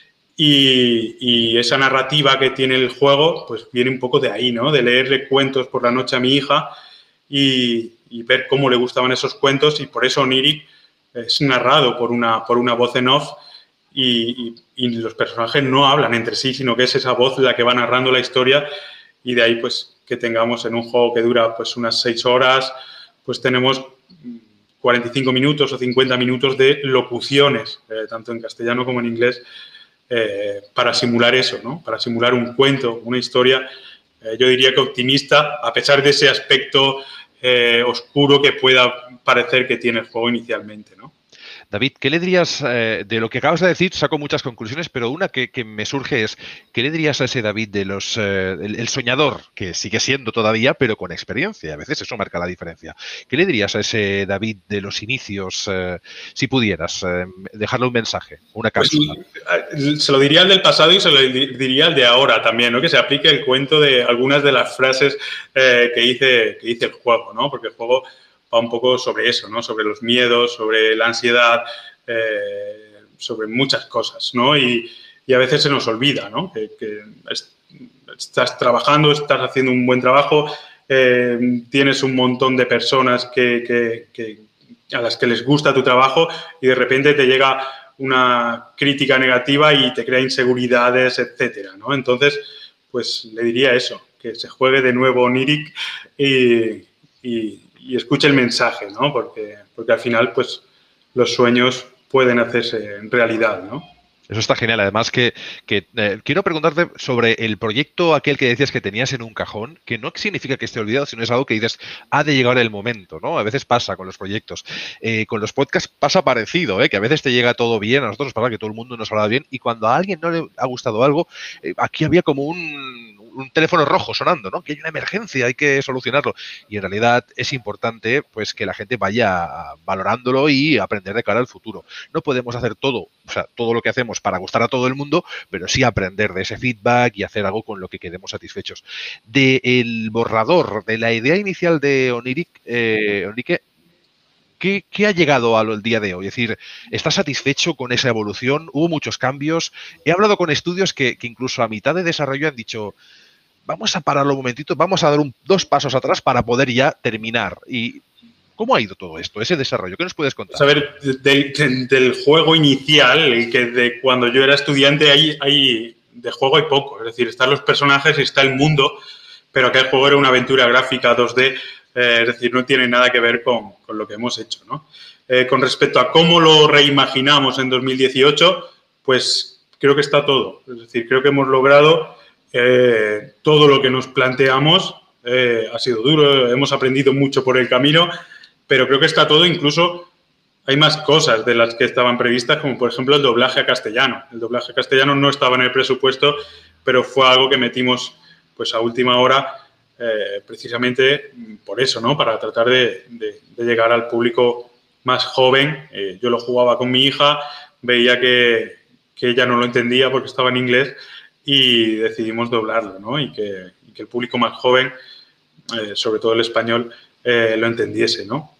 y, y esa narrativa que tiene el juego pues viene un poco de ahí, ¿no? De leerle cuentos por la noche a mi hija y, y ver cómo le gustaban esos cuentos y por eso Oniric es narrado por una, por una voz en off y, y, y los personajes no hablan entre sí, sino que es esa voz la que va narrando la historia y de ahí pues que tengamos en un juego que dura pues unas seis horas, pues tenemos cuarenta y cinco minutos o cincuenta minutos de locuciones, eh, tanto en castellano como en inglés, eh, para simular eso, ¿no? Para simular un cuento, una historia, eh, yo diría que optimista, a pesar de ese aspecto eh, oscuro que pueda parecer que tiene el juego inicialmente, ¿no? David, ¿qué le dirías eh, de lo que acabas de decir? Saco muchas conclusiones, pero una que, que me surge es, ¿qué le dirías a ese David de los eh, el, el soñador, que sigue siendo todavía, pero con experiencia? A veces eso marca la diferencia. ¿Qué le dirías a ese David de los inicios, eh, si pudieras eh, dejarle un mensaje, una cápsula? Pues, se lo diría al del pasado y se lo diría al de ahora también, ¿no? Que se aplique el cuento de algunas de las frases eh, que dice que dice el juego, ¿no? Porque el juego va un poco sobre eso, ¿no? Sobre los miedos, sobre la ansiedad, eh, sobre muchas cosas, ¿no? Y, y a veces se nos olvida, ¿no? Que, que es, estás trabajando, estás haciendo un buen trabajo, eh, tienes un montón de personas que, que, que, a las que les gusta tu trabajo y de repente te llega una crítica negativa y te crea inseguridades, etcétera, ¿no? Entonces, pues le diría eso, que se juegue de nuevo Oniric y... y y escuche el mensaje, ¿no? Porque, porque al final, pues, los sueños pueden hacerse en realidad, ¿no? Eso está genial. Además que, que eh, quiero preguntarte sobre el proyecto aquel que decías que tenías en un cajón, que no significa que esté olvidado, sino es algo que dices, ha de llegar el momento, ¿no? A veces pasa con los proyectos. Eh, con los podcasts pasa parecido, ¿eh? Que a veces te llega todo bien, a nosotros nos pasa que todo el mundo nos habla bien y cuando a alguien no le ha gustado algo, eh, aquí había como un, un teléfono rojo sonando, ¿no? Que hay una emergencia, hay que solucionarlo. Y en realidad es importante pues que la gente vaya valorándolo y aprender de cara al futuro. No podemos hacer todo, o sea, todo lo que hacemos para gustar a todo el mundo, pero sí aprender de ese feedback y hacer algo con lo que quedemos satisfechos. Del borrador, de la idea inicial de Oniric, eh, Oniric, ¿qué, ¿qué ha llegado al día de hoy? Es decir, ¿estás satisfecho con esa evolución? ¿Hubo muchos cambios? He hablado con estudios que, que incluso a mitad de desarrollo han dicho, vamos a pararlo un momentito, vamos a dar un, dos pasos atrás para poder ya terminar. Y ¿cómo ha ido todo esto, ese desarrollo? ¿Qué nos puedes contar? Pues a ver, del, del, del juego inicial, el que de cuando yo era estudiante, hay, hay, de juego hay poco. Es decir, están los personajes y está el mundo, pero aquel juego era una aventura gráfica dos D, eh, es decir, no tiene nada que ver con, con lo que hemos hecho, ¿no? Eh, con respecto a cómo lo reimaginamos en dos mil dieciocho, pues creo que está todo. Es decir, creo que hemos logrado eh, todo lo que nos planteamos. Eh, ha sido duro, hemos aprendido mucho por el camino, pero creo que está todo, incluso hay más cosas de las que estaban previstas, como por ejemplo el doblaje a castellano. El doblaje a castellano no estaba en el presupuesto, pero fue algo que metimos pues a última hora, eh, precisamente por eso, ¿no? Para tratar de, de, de llegar al público más joven. Eh, yo lo jugaba con mi hija, veía que, que ella no lo entendía porque estaba en inglés y decidimos doblarlo, ¿no? Y que, y que el público más joven, eh, sobre todo el español, eh, lo entendiese, ¿no?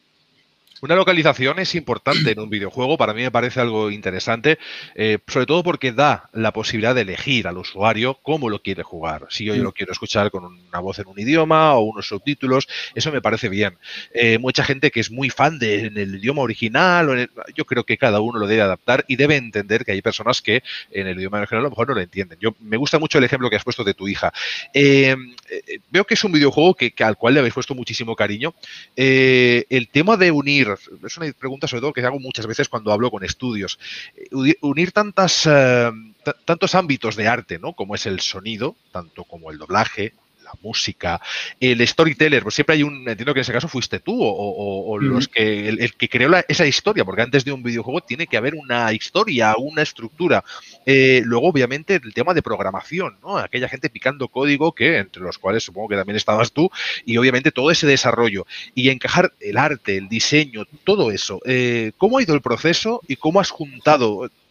Una localización es importante en un videojuego, para mí me parece algo interesante, eh, sobre todo porque da la posibilidad de elegir al usuario cómo lo quiere jugar. Si yo, yo lo quiero escuchar con una voz en un idioma o unos subtítulos, eso me parece bien. Eh, mucha gente que es muy fan de en el idioma original, o en el, yo creo que cada uno lo debe adaptar y debe entender que hay personas que en el idioma original a lo mejor no lo entienden. Yo, me gusta mucho el ejemplo que has puesto de tu hija. Eh, eh, veo que es un videojuego que, que al cual le habéis puesto muchísimo cariño. Eh, el tema de unir, es una pregunta sobre todo que hago muchas veces cuando hablo con estudios, unir tantas, uh, tantos ámbitos de arte, ¿no? Como es el sonido, tanto como el doblaje, la música, el storyteller, pues siempre hay un, entiendo que en ese caso fuiste tú o, o, o los que, el, el que creó la, esa historia, porque antes de un videojuego tiene que haber una historia, una estructura. Eh, luego, obviamente, el tema de programación, ¿no? Aquella gente picando código, que entre los cuales supongo que también estabas tú, y obviamente todo ese desarrollo y encajar el arte, el diseño, todo eso. Eh, ¿Cómo ha ido el proceso y cómo has juntado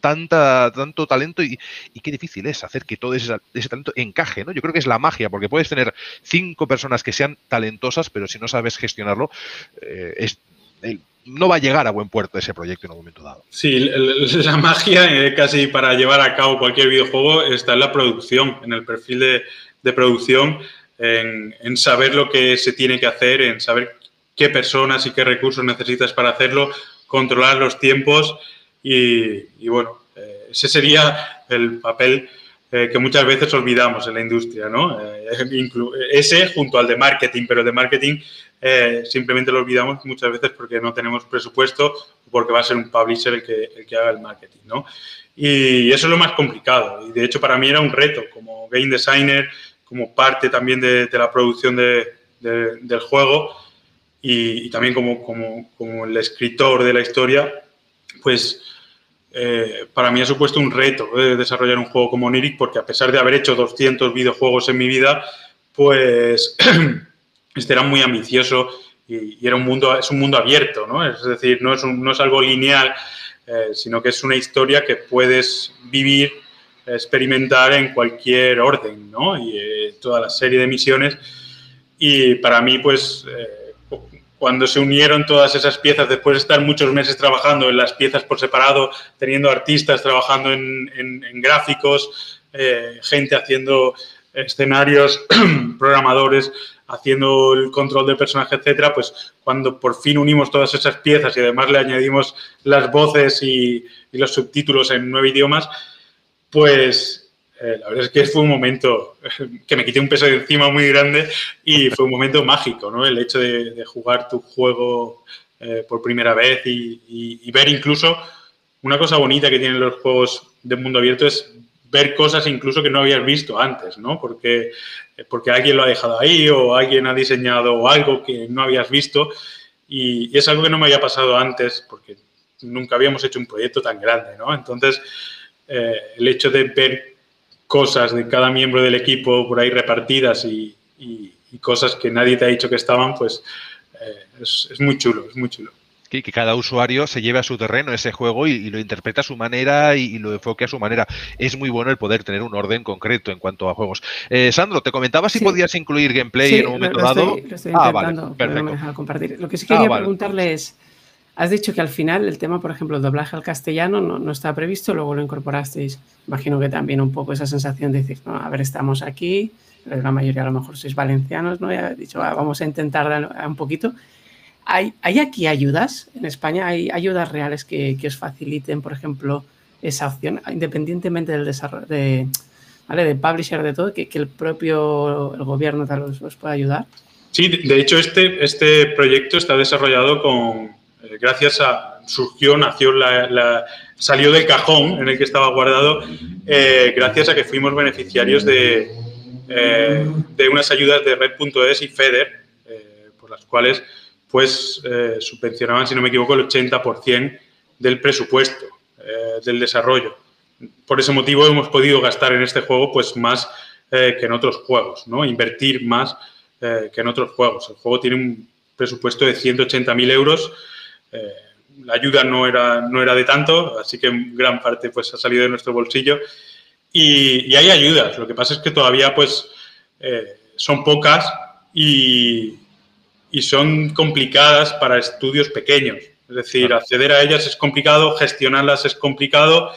tanta, tanto talento y, y qué difícil es hacer que todo ese, ese talento encaje, ¿no? Yo creo que es la magia, porque puedes tener cinco personas que sean talentosas, pero si no sabes gestionarlo, eh, es, eh, no va a llegar a buen puerto ese proyecto en un momento dado. Sí, la magia eh, casi para llevar a cabo cualquier videojuego está en la producción, en el perfil de, de producción, en, en saber lo que se tiene que hacer, en saber qué personas y qué recursos necesitas para hacerlo, controlar los tiempos y, y bueno, eh, ese sería el papel eh, que muchas veces olvidamos en la industria, ¿no? Eh, ese junto al de marketing, pero el de marketing eh, simplemente lo olvidamos muchas veces porque no tenemos presupuesto o porque va a ser un publisher el que, el que haga el marketing, ¿no? Y eso es lo más complicado y de hecho para mí era un reto como game designer, como parte también de, de la producción de, de, del juego y, y también como, como, como el escritor de la historia, pues eh, para mí ha supuesto un reto eh, desarrollar un juego como Oniric porque a pesar de haber hecho doscientos videojuegos en mi vida, pues este era muy ambicioso y, y era un mundo, es un mundo abierto, ¿no? Es decir, no es, un, no es algo lineal, eh, sino que es una historia que puedes vivir, experimentar en cualquier orden, ¿no? Y eh, toda la serie de misiones. Y para mí, pues, eh, cuando se unieron todas esas piezas, después de estar muchos meses trabajando en las piezas por separado, teniendo artistas trabajando en, en, en gráficos, eh, gente haciendo escenarios, programadores haciendo el control del personaje, etcétera, pues cuando por fin unimos todas esas piezas y además le añadimos las voces y, y los subtítulos en nueve idiomas, pues eh, la verdad es que fue un momento que me quité un peso de encima muy grande y fue un momento mágico, ¿no? El hecho de, de jugar tu juego eh, por primera vez y, y, y ver incluso una cosa bonita que tienen los juegos de mundo abierto es ver cosas incluso que no habías visto antes, ¿no? Porque, porque alguien lo ha dejado ahí o alguien ha diseñado algo que no habías visto y, y es algo que no me había pasado antes porque nunca habíamos hecho un proyecto tan grande, ¿no? Entonces, eh, el hecho de ver cosas de cada miembro del equipo por ahí repartidas y, y, y cosas que nadie te ha dicho que estaban, pues eh, es, es muy chulo, es muy chulo. Que, que cada usuario se lleve a su terreno ese juego y, y lo interprete a su manera y, y lo enfoque a su manera. Es muy bueno el poder tener un orden concreto en cuanto a juegos. Eh, Sandro, te comentaba si sí. podías incluir gameplay sí, en un momento lo, lo dado. Estoy, lo estoy ah, intentando, vale, pero no me deja compartir. Lo que sí quería ah, vale, preguntarle pues. es, has dicho que al final el tema, por ejemplo, el doblaje al castellano no, no estaba previsto, luego lo incorporasteis. Imagino que también un poco esa sensación de decir, no, a ver, estamos aquí, la mayoría a lo mejor sois valencianos, ¿no? Ya he dicho, ah, vamos a intentar dar un poquito. ¿Hay, ¿Hay aquí ayudas en España? ¿Hay ayudas reales que, que os faciliten, por ejemplo, esa opción, independientemente del desarrollo, de, ¿vale? de publisher, de todo, que, que el propio el gobierno tal os, os pueda ayudar? Sí, de hecho este, este proyecto está desarrollado con, eh, gracias a, surgió, nació, la, la, salió del cajón en el que estaba guardado, eh, gracias a que fuimos beneficiarios de, eh, de unas ayudas de Red punto es y FEDER, eh, por las cuales pues eh, subvencionaban, si no me equivoco, el ochenta por ciento del presupuesto eh, del desarrollo. Por ese motivo hemos podido gastar en este juego pues más eh, que en otros juegos, ¿no? Invertir más eh, que en otros juegos. El juego tiene un presupuesto de ciento ochenta mil euros. Eh, la ayuda no era, no era de tanto, así que en gran parte pues ha salido de nuestro bolsillo. Y, y hay ayudas. Lo que pasa es que todavía pues eh, son pocas y... y son complicadas para estudios pequeños. Es decir, claro. acceder a ellas es complicado, gestionarlas es complicado,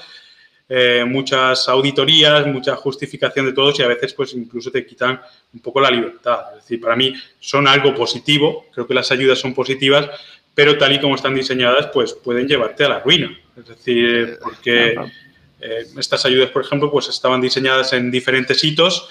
eh, muchas auditorías, mucha justificación de todos y a veces pues incluso te quitan un poco la libertad. Es decir, para mí son algo positivo, creo que las ayudas son positivas, pero tal y como están diseñadas pues pueden llevarte a la ruina. Es decir, porque eh, estas ayudas, por ejemplo, pues estaban diseñadas en diferentes hitos,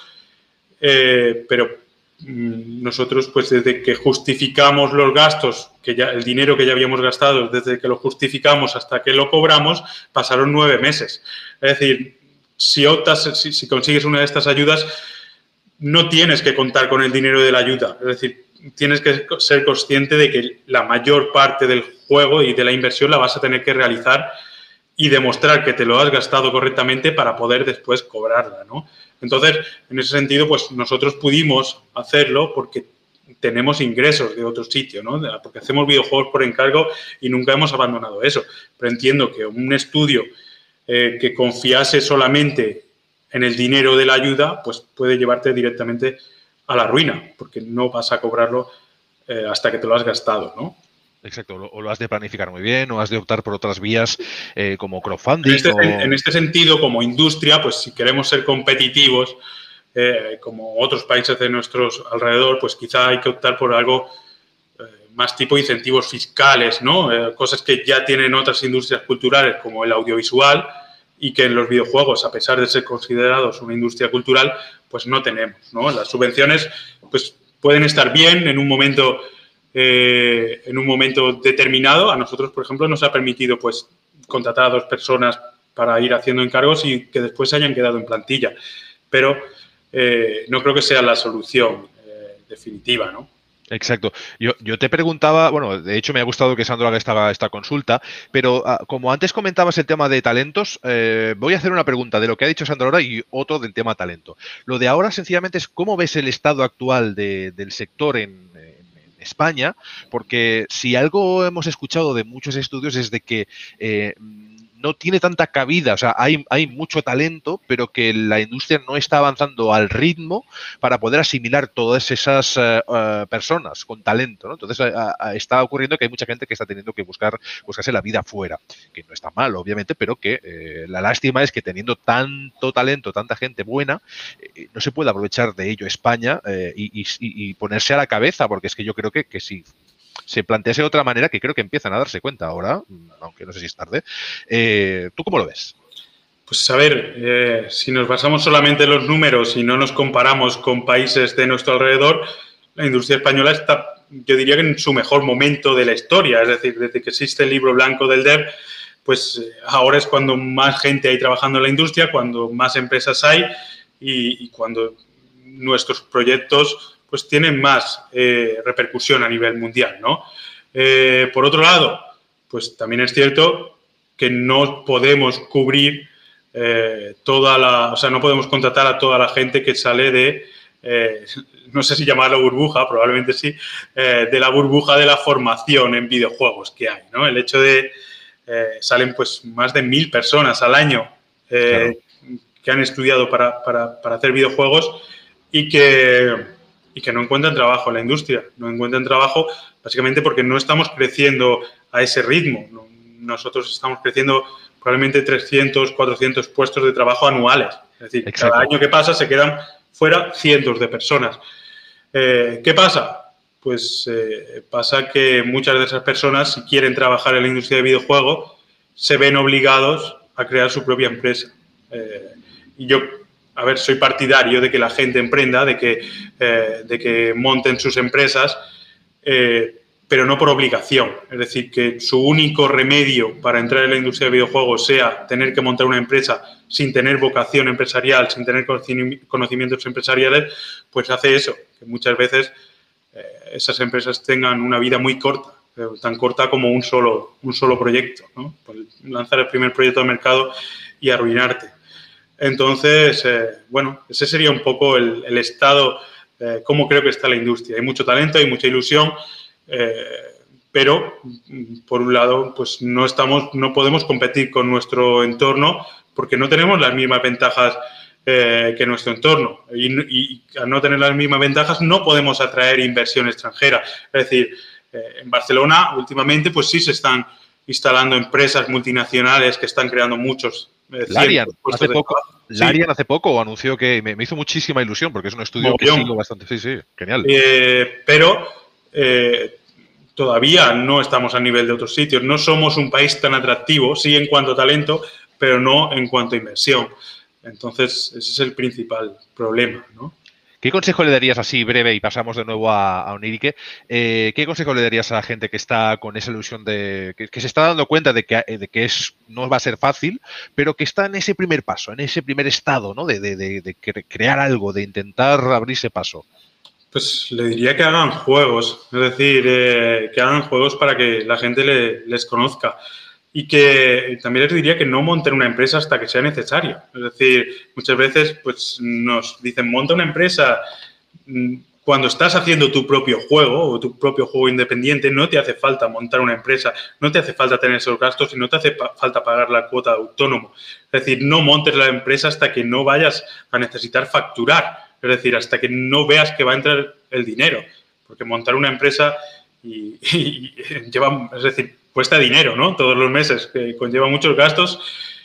eh, pero nosotros, pues desde que justificamos los gastos, que ya el dinero que ya habíamos gastado, desde que lo justificamos hasta que lo cobramos, pasaron nueve meses. Es decir, si optas, si, si consigues una de estas ayudas, no tienes que contar con el dinero de la ayuda. Es decir, tienes que ser consciente de que la mayor parte del juego y de la inversión la vas a tener que realizar y demostrar que te lo has gastado correctamente para poder después cobrarla, ¿no? Entonces, en ese sentido, pues nosotros pudimos hacerlo porque tenemos ingresos de otro sitio, ¿no? Porque hacemos videojuegos por encargo y nunca hemos abandonado eso. Pero entiendo que un estudio eh, que confiase solamente en el dinero de la ayuda, pues puede llevarte directamente a la ruina, porque no vas a cobrarlo eh, hasta que te lo has gastado, ¿no? Exacto, o lo has de planificar muy bien, o has de optar por otras vías eh, como crowdfunding. En este, o... en este sentido, como industria, pues si queremos ser competitivos, eh, como otros países de nuestros alrededor, pues quizá hay que optar por algo eh, más tipo incentivos fiscales, ¿no? Eh, cosas que ya tienen otras industrias culturales, como el audiovisual, y que en los videojuegos, a pesar de ser considerados una industria cultural, pues no tenemos, ¿no? Las subvenciones, pues pueden estar bien en un momento... Eh, en un momento determinado. A nosotros, por ejemplo, nos ha permitido pues contratar a dos personas para ir haciendo encargos y que después se hayan quedado en plantilla. Pero eh, no creo que sea la solución eh, definitiva, ¿no? Exacto. Yo, yo te preguntaba, bueno, de hecho me ha gustado que Sandro haga esta, esta consulta, pero uh, como antes comentabas el tema de talentos, eh, voy a hacer una pregunta de lo que ha dicho Sandro ahora y otro del tema talento. Lo de ahora sencillamente es cómo ves el estado actual de, del sector en, en España, porque si algo hemos escuchado de muchos estudios es de que eh, no tiene tanta cabida, o sea, hay, hay mucho talento, pero que la industria no está avanzando al ritmo para poder asimilar todas esas uh, uh, personas con talento, ¿no? Entonces, uh, uh, está ocurriendo que hay mucha gente que está teniendo que buscar buscarse la vida fuera, que no está mal, obviamente, pero que eh, la lástima es que teniendo tanto talento, tanta gente buena, eh, no se puede aprovechar de ello España eh, y, y, y ponerse a la cabeza, porque es que yo creo que, que si se plantease de otra manera, que creo que empiezan a darse cuenta ahora, aunque no sé si es tarde. Eh, ¿Tú cómo lo ves? Pues a ver, eh, si nos basamos solamente en los números y no nos comparamos con países de nuestro alrededor, la industria española está, yo diría que en su mejor momento de la historia. Es decir, desde que existe el libro blanco del D E V, pues eh, ahora es cuando más gente hay trabajando en la industria, cuando más empresas hay y, y cuando nuestros proyectos pues tienen más eh, repercusión a nivel mundial, ¿no? Eh, por otro lado, pues también es cierto que no podemos cubrir eh, toda la... O sea, no podemos contratar a toda la gente que sale de, eh, no sé si llamarlo burbuja, probablemente sí, eh, de la burbuja de la formación en videojuegos que hay, ¿no? El hecho de... Eh, salen pues más de mil personas al año eh, claro. que han estudiado para, para, para hacer videojuegos y que... y que no encuentran trabajo en la industria. No encuentran trabajo básicamente porque no estamos creciendo a ese ritmo. Nosotros estamos creciendo probablemente trescientos, cuatrocientos puestos de trabajo anuales. Es decir, Exacto. cada año que pasa se quedan fuera cientos de personas. Eh, ¿Qué pasa? Pues eh, pasa que muchas de esas personas, si quieren trabajar en la industria de videojuegos, se ven obligados a crear su propia empresa. Eh, y yo... A ver, soy partidario de que la gente emprenda, de que, eh, de que monten sus empresas, eh, pero no por obligación. Es decir, que su único remedio para entrar en la industria de videojuegos sea tener que montar una empresa sin tener vocación empresarial, sin tener conocimientos empresariales, pues hace eso, que muchas veces eh, esas empresas tengan una vida muy corta, eh, tan corta como un solo, un solo proyecto, ¿no? Pues lanzar el primer proyecto al mercado y arruinarte. Entonces, eh, bueno, ese sería un poco el, el estado, eh, cómo creo que está la industria. Hay mucho talento, hay mucha ilusión, eh, pero, por un lado, pues no estamos, no podemos competir con nuestro entorno porque no tenemos las mismas ventajas eh, que nuestro entorno. Y, y al no tener las mismas ventajas no podemos atraer inversión extranjera. Es decir, eh, en Barcelona, últimamente, pues sí se están instalando empresas multinacionales que están creando muchos eh, Larian, hace poco, Larian sí. hace poco anunció que me, me hizo muchísima ilusión porque es un estudio Mogollón. que sigo bastante. Sí, sí, genial. Eh, pero eh, todavía no estamos a nivel de otros sitios. No somos un país tan atractivo, sí en cuanto a talento, pero no en cuanto a inversión. Entonces, ese es el principal problema, ¿no? ¿Qué consejo le darías así breve y pasamos de nuevo a, a Onirique? Eh, ¿Qué consejo le darías a la gente que está con esa ilusión de que, que se está dando cuenta de que, de que es, no va a ser fácil, pero que está en ese primer paso, en ese primer estado, ¿no? de, de, de, de crear algo, de intentar abrirse paso? Pues le diría que hagan juegos, es decir, eh, que hagan juegos para que la gente le, les conozca. Y que también les diría que no monten una empresa hasta que sea necesario. Es decir, muchas veces pues nos dicen, monta una empresa cuando estás haciendo tu propio juego o tu propio juego independiente, no te hace falta montar una empresa, no te hace falta tener esos gastos y no te hace pa- falta pagar la cuota de autónomo. Es decir, no montes la empresa hasta que no vayas a necesitar facturar, es decir, hasta que no veas que va a entrar el dinero, porque montar una empresa y, y, y lleva, es decir, cuesta dinero, ¿no? Todos los meses, que conlleva muchos gastos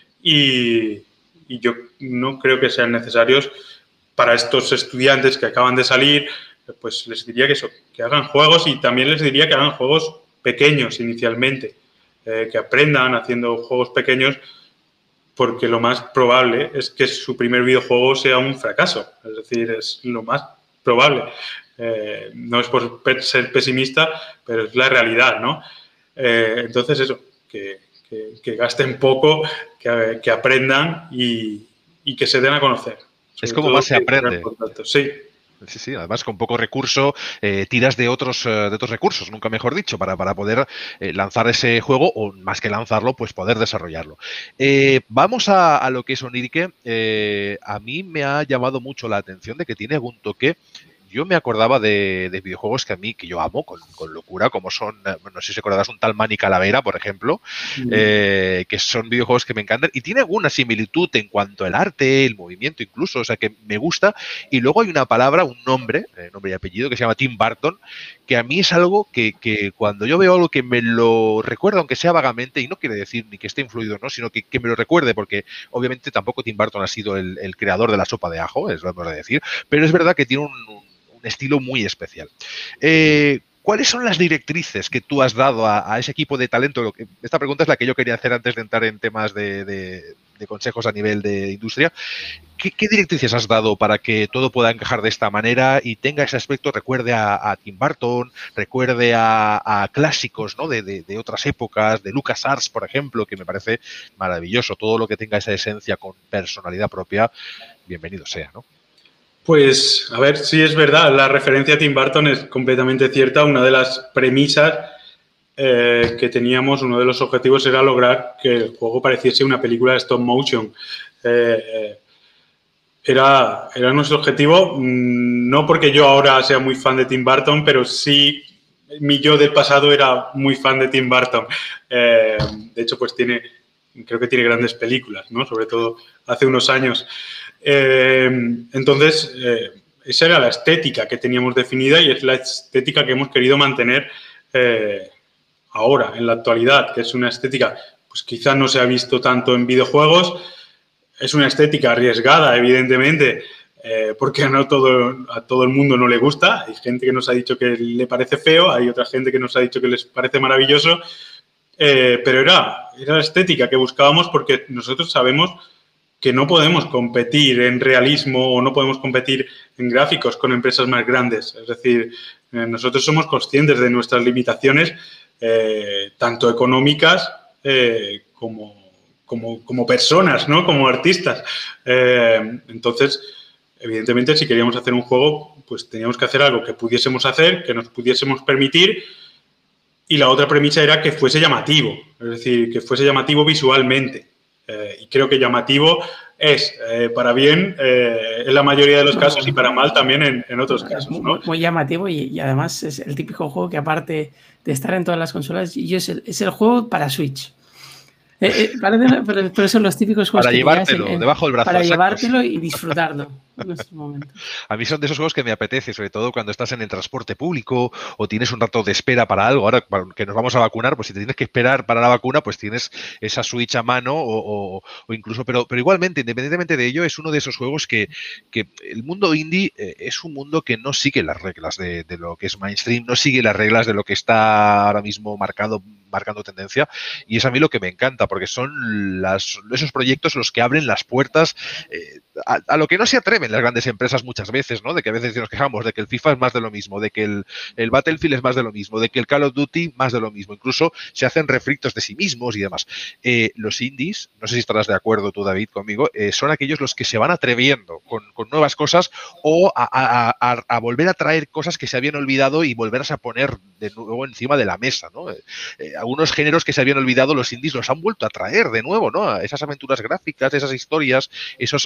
y, y yo no creo que sean necesarios para estos estudiantes que acaban de salir. Pues les diría que eso, que hagan juegos y también les diría que hagan juegos pequeños inicialmente, eh, que aprendan haciendo juegos pequeños, porque lo más probable es que su primer videojuego sea un fracaso, es decir, es lo más probable. Eh, no es por ser pesimista, pero es la realidad, ¿no? Eh, entonces eso, que, que, que gasten poco, que, que aprendan y, y que se den a conocer. Es como más se aprende. Sí. Sí, sí, además con poco recurso eh, tiras de otros eh, de otros recursos, nunca mejor dicho, para, para poder eh, lanzar ese juego o más que lanzarlo, pues poder desarrollarlo. Eh, vamos a, a lo que es Onirique. Eh, a mí me ha llamado mucho la atención de que tiene algún toque. Yo me acordaba de, de videojuegos que a mí, que yo amo con, con locura, como son, no sé si recordarás, un tal Manny Calavera, por ejemplo, mm. eh, que son videojuegos que me encantan y tiene alguna similitud en cuanto al arte, el movimiento incluso, o sea, que me gusta. Y luego hay una palabra, un nombre, eh, nombre y apellido, que se llama Tim Burton, que a mí es algo que, que cuando yo veo algo que me lo recuerda, aunque sea vagamente, y no quiere decir ni que esté influido, ¿no?, sino que, que me lo recuerde, porque obviamente tampoco Tim Burton ha sido el, el creador de la sopa de ajo, es lo que vamos a decir, pero es verdad que tiene un, un un estilo muy especial. Eh, ¿Cuáles son las directrices que tú has dado a, a ese equipo de talento? Esta pregunta es la que yo quería hacer antes de entrar en temas de, de, de consejos a nivel de industria. ¿Qué, ¿Qué directrices has dado para que todo pueda encajar de esta manera y tenga ese aspecto, recuerde a, a Tim Burton, recuerde a, a clásicos, ¿no?, de, de, de otras épocas, de LucasArts, por ejemplo, que me parece maravilloso? Todo lo que tenga esa esencia con personalidad propia, bienvenido sea, ¿no? Pues, a ver, sí es verdad, la referencia a Tim Burton es completamente cierta. Una de las premisas eh, que teníamos, uno de los objetivos era lograr que el juego pareciese una película de stop motion. Eh, era, era nuestro objetivo, no porque yo ahora sea muy fan de Tim Burton, pero sí mi yo del pasado era muy fan de Tim Burton. Eh, de hecho, pues tiene, creo que tiene grandes películas, ¿no? Sobre todo hace unos años. Eh, entonces, eh, esa era la estética que teníamos definida y es la estética que hemos querido mantener eh, ahora, en la actualidad, que es una estética, pues quizás no se ha visto tanto en videojuegos. Es una estética arriesgada, evidentemente, eh, porque no todo, a todo el mundo no le gusta. Hay gente que nos ha dicho que le parece feo, hay otra gente que nos ha dicho que les parece maravilloso, eh, pero era, era la estética que buscábamos porque nosotros sabemos que no podemos competir en realismo o no podemos competir en gráficos con empresas más grandes. Es decir, eh, nosotros somos conscientes de nuestras limitaciones, eh, tanto económicas eh, como, como, como personas, ¿no?, como artistas. Eh, entonces, evidentemente, si queríamos hacer un juego, pues teníamos que hacer algo que pudiésemos hacer, que nos pudiésemos permitir. Y la otra premisa era que fuese llamativo, es decir, que fuese llamativo visualmente. Eh, y creo que llamativo es eh, para bien eh, en la mayoría de los casos y para mal también en, en otros casos, ¿no? Muy, muy llamativo y, y además es el típico juego que, aparte de estar en todas las consolas, y es el, es el juego para Switch. Eh, eh, parece, pero, pero son los típicos juegos para que llevártelo en, en, debajo del brazo. Para exacto. llevártelo y disfrutarlo en estos momentos. A mí son de esos juegos que me apetece, sobre todo cuando estás en el transporte público o tienes un rato de espera para algo. Ahora que nos vamos a vacunar, pues si te tienes que esperar para la vacuna, pues tienes esa Switch a mano o, o, o incluso, pero, pero igualmente, independientemente de ello, es uno de esos juegos que, que el mundo indie eh, es un mundo que no sigue las reglas de, de lo que es mainstream, no sigue las reglas de lo que está ahora mismo marcado, marcando tendencia, y es a mí lo que me encanta, porque son Las, esos proyectos los que abren las puertas eh, a, a lo que no se atreven las grandes empresas muchas veces, ¿no? De que a veces nos quejamos de que el FIFA es más de lo mismo, de que el, el Battlefield es más de lo mismo, de que el Call of Duty más de lo mismo, incluso se hacen refritos de sí mismos y demás. Eh, los indies, no sé si estarás de acuerdo tú, David, conmigo, eh, son aquellos los que se van atreviendo con, con nuevas cosas o a, a, a, a volver a traer cosas que se habían olvidado y volverlas a poner de nuevo encima de la mesa, ¿no? Eh, eh, algunos géneros que se habían olvidado, los indies los han vuelto a traer de nuevo, ¿no? Esas aventuras gráficas, esas historias, esos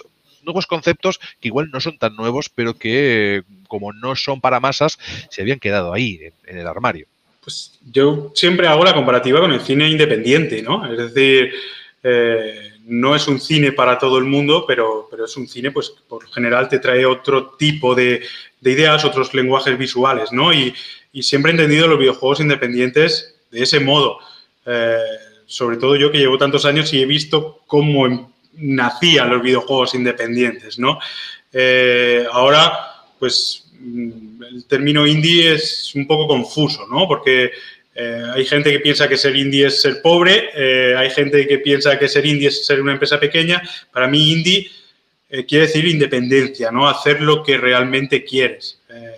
nuevos conceptos que igual no son tan nuevos, pero que como no son para masas, se habían quedado ahí, en, en el armario. Pues yo siempre hago la comparativa con el cine independiente, ¿no? Es decir, eh, no es un cine para todo el mundo, pero, pero es un cine, pues, por general te trae otro tipo de, de ideas, otros lenguajes visuales, ¿no? Y, y siempre he entendido los videojuegos independientes de ese modo. Eh, sobre todo yo que llevo tantos años y he visto cómo nacían los videojuegos independientes, ¿no? Eh, ahora, pues, el término indie es un poco confuso, ¿no? Porque eh, hay gente que piensa que ser indie es ser pobre, eh, hay gente que piensa que ser indie es ser una empresa pequeña. Para mí, indie eh, quiere decir independencia, ¿no? Hacer lo que realmente quieres. Eh,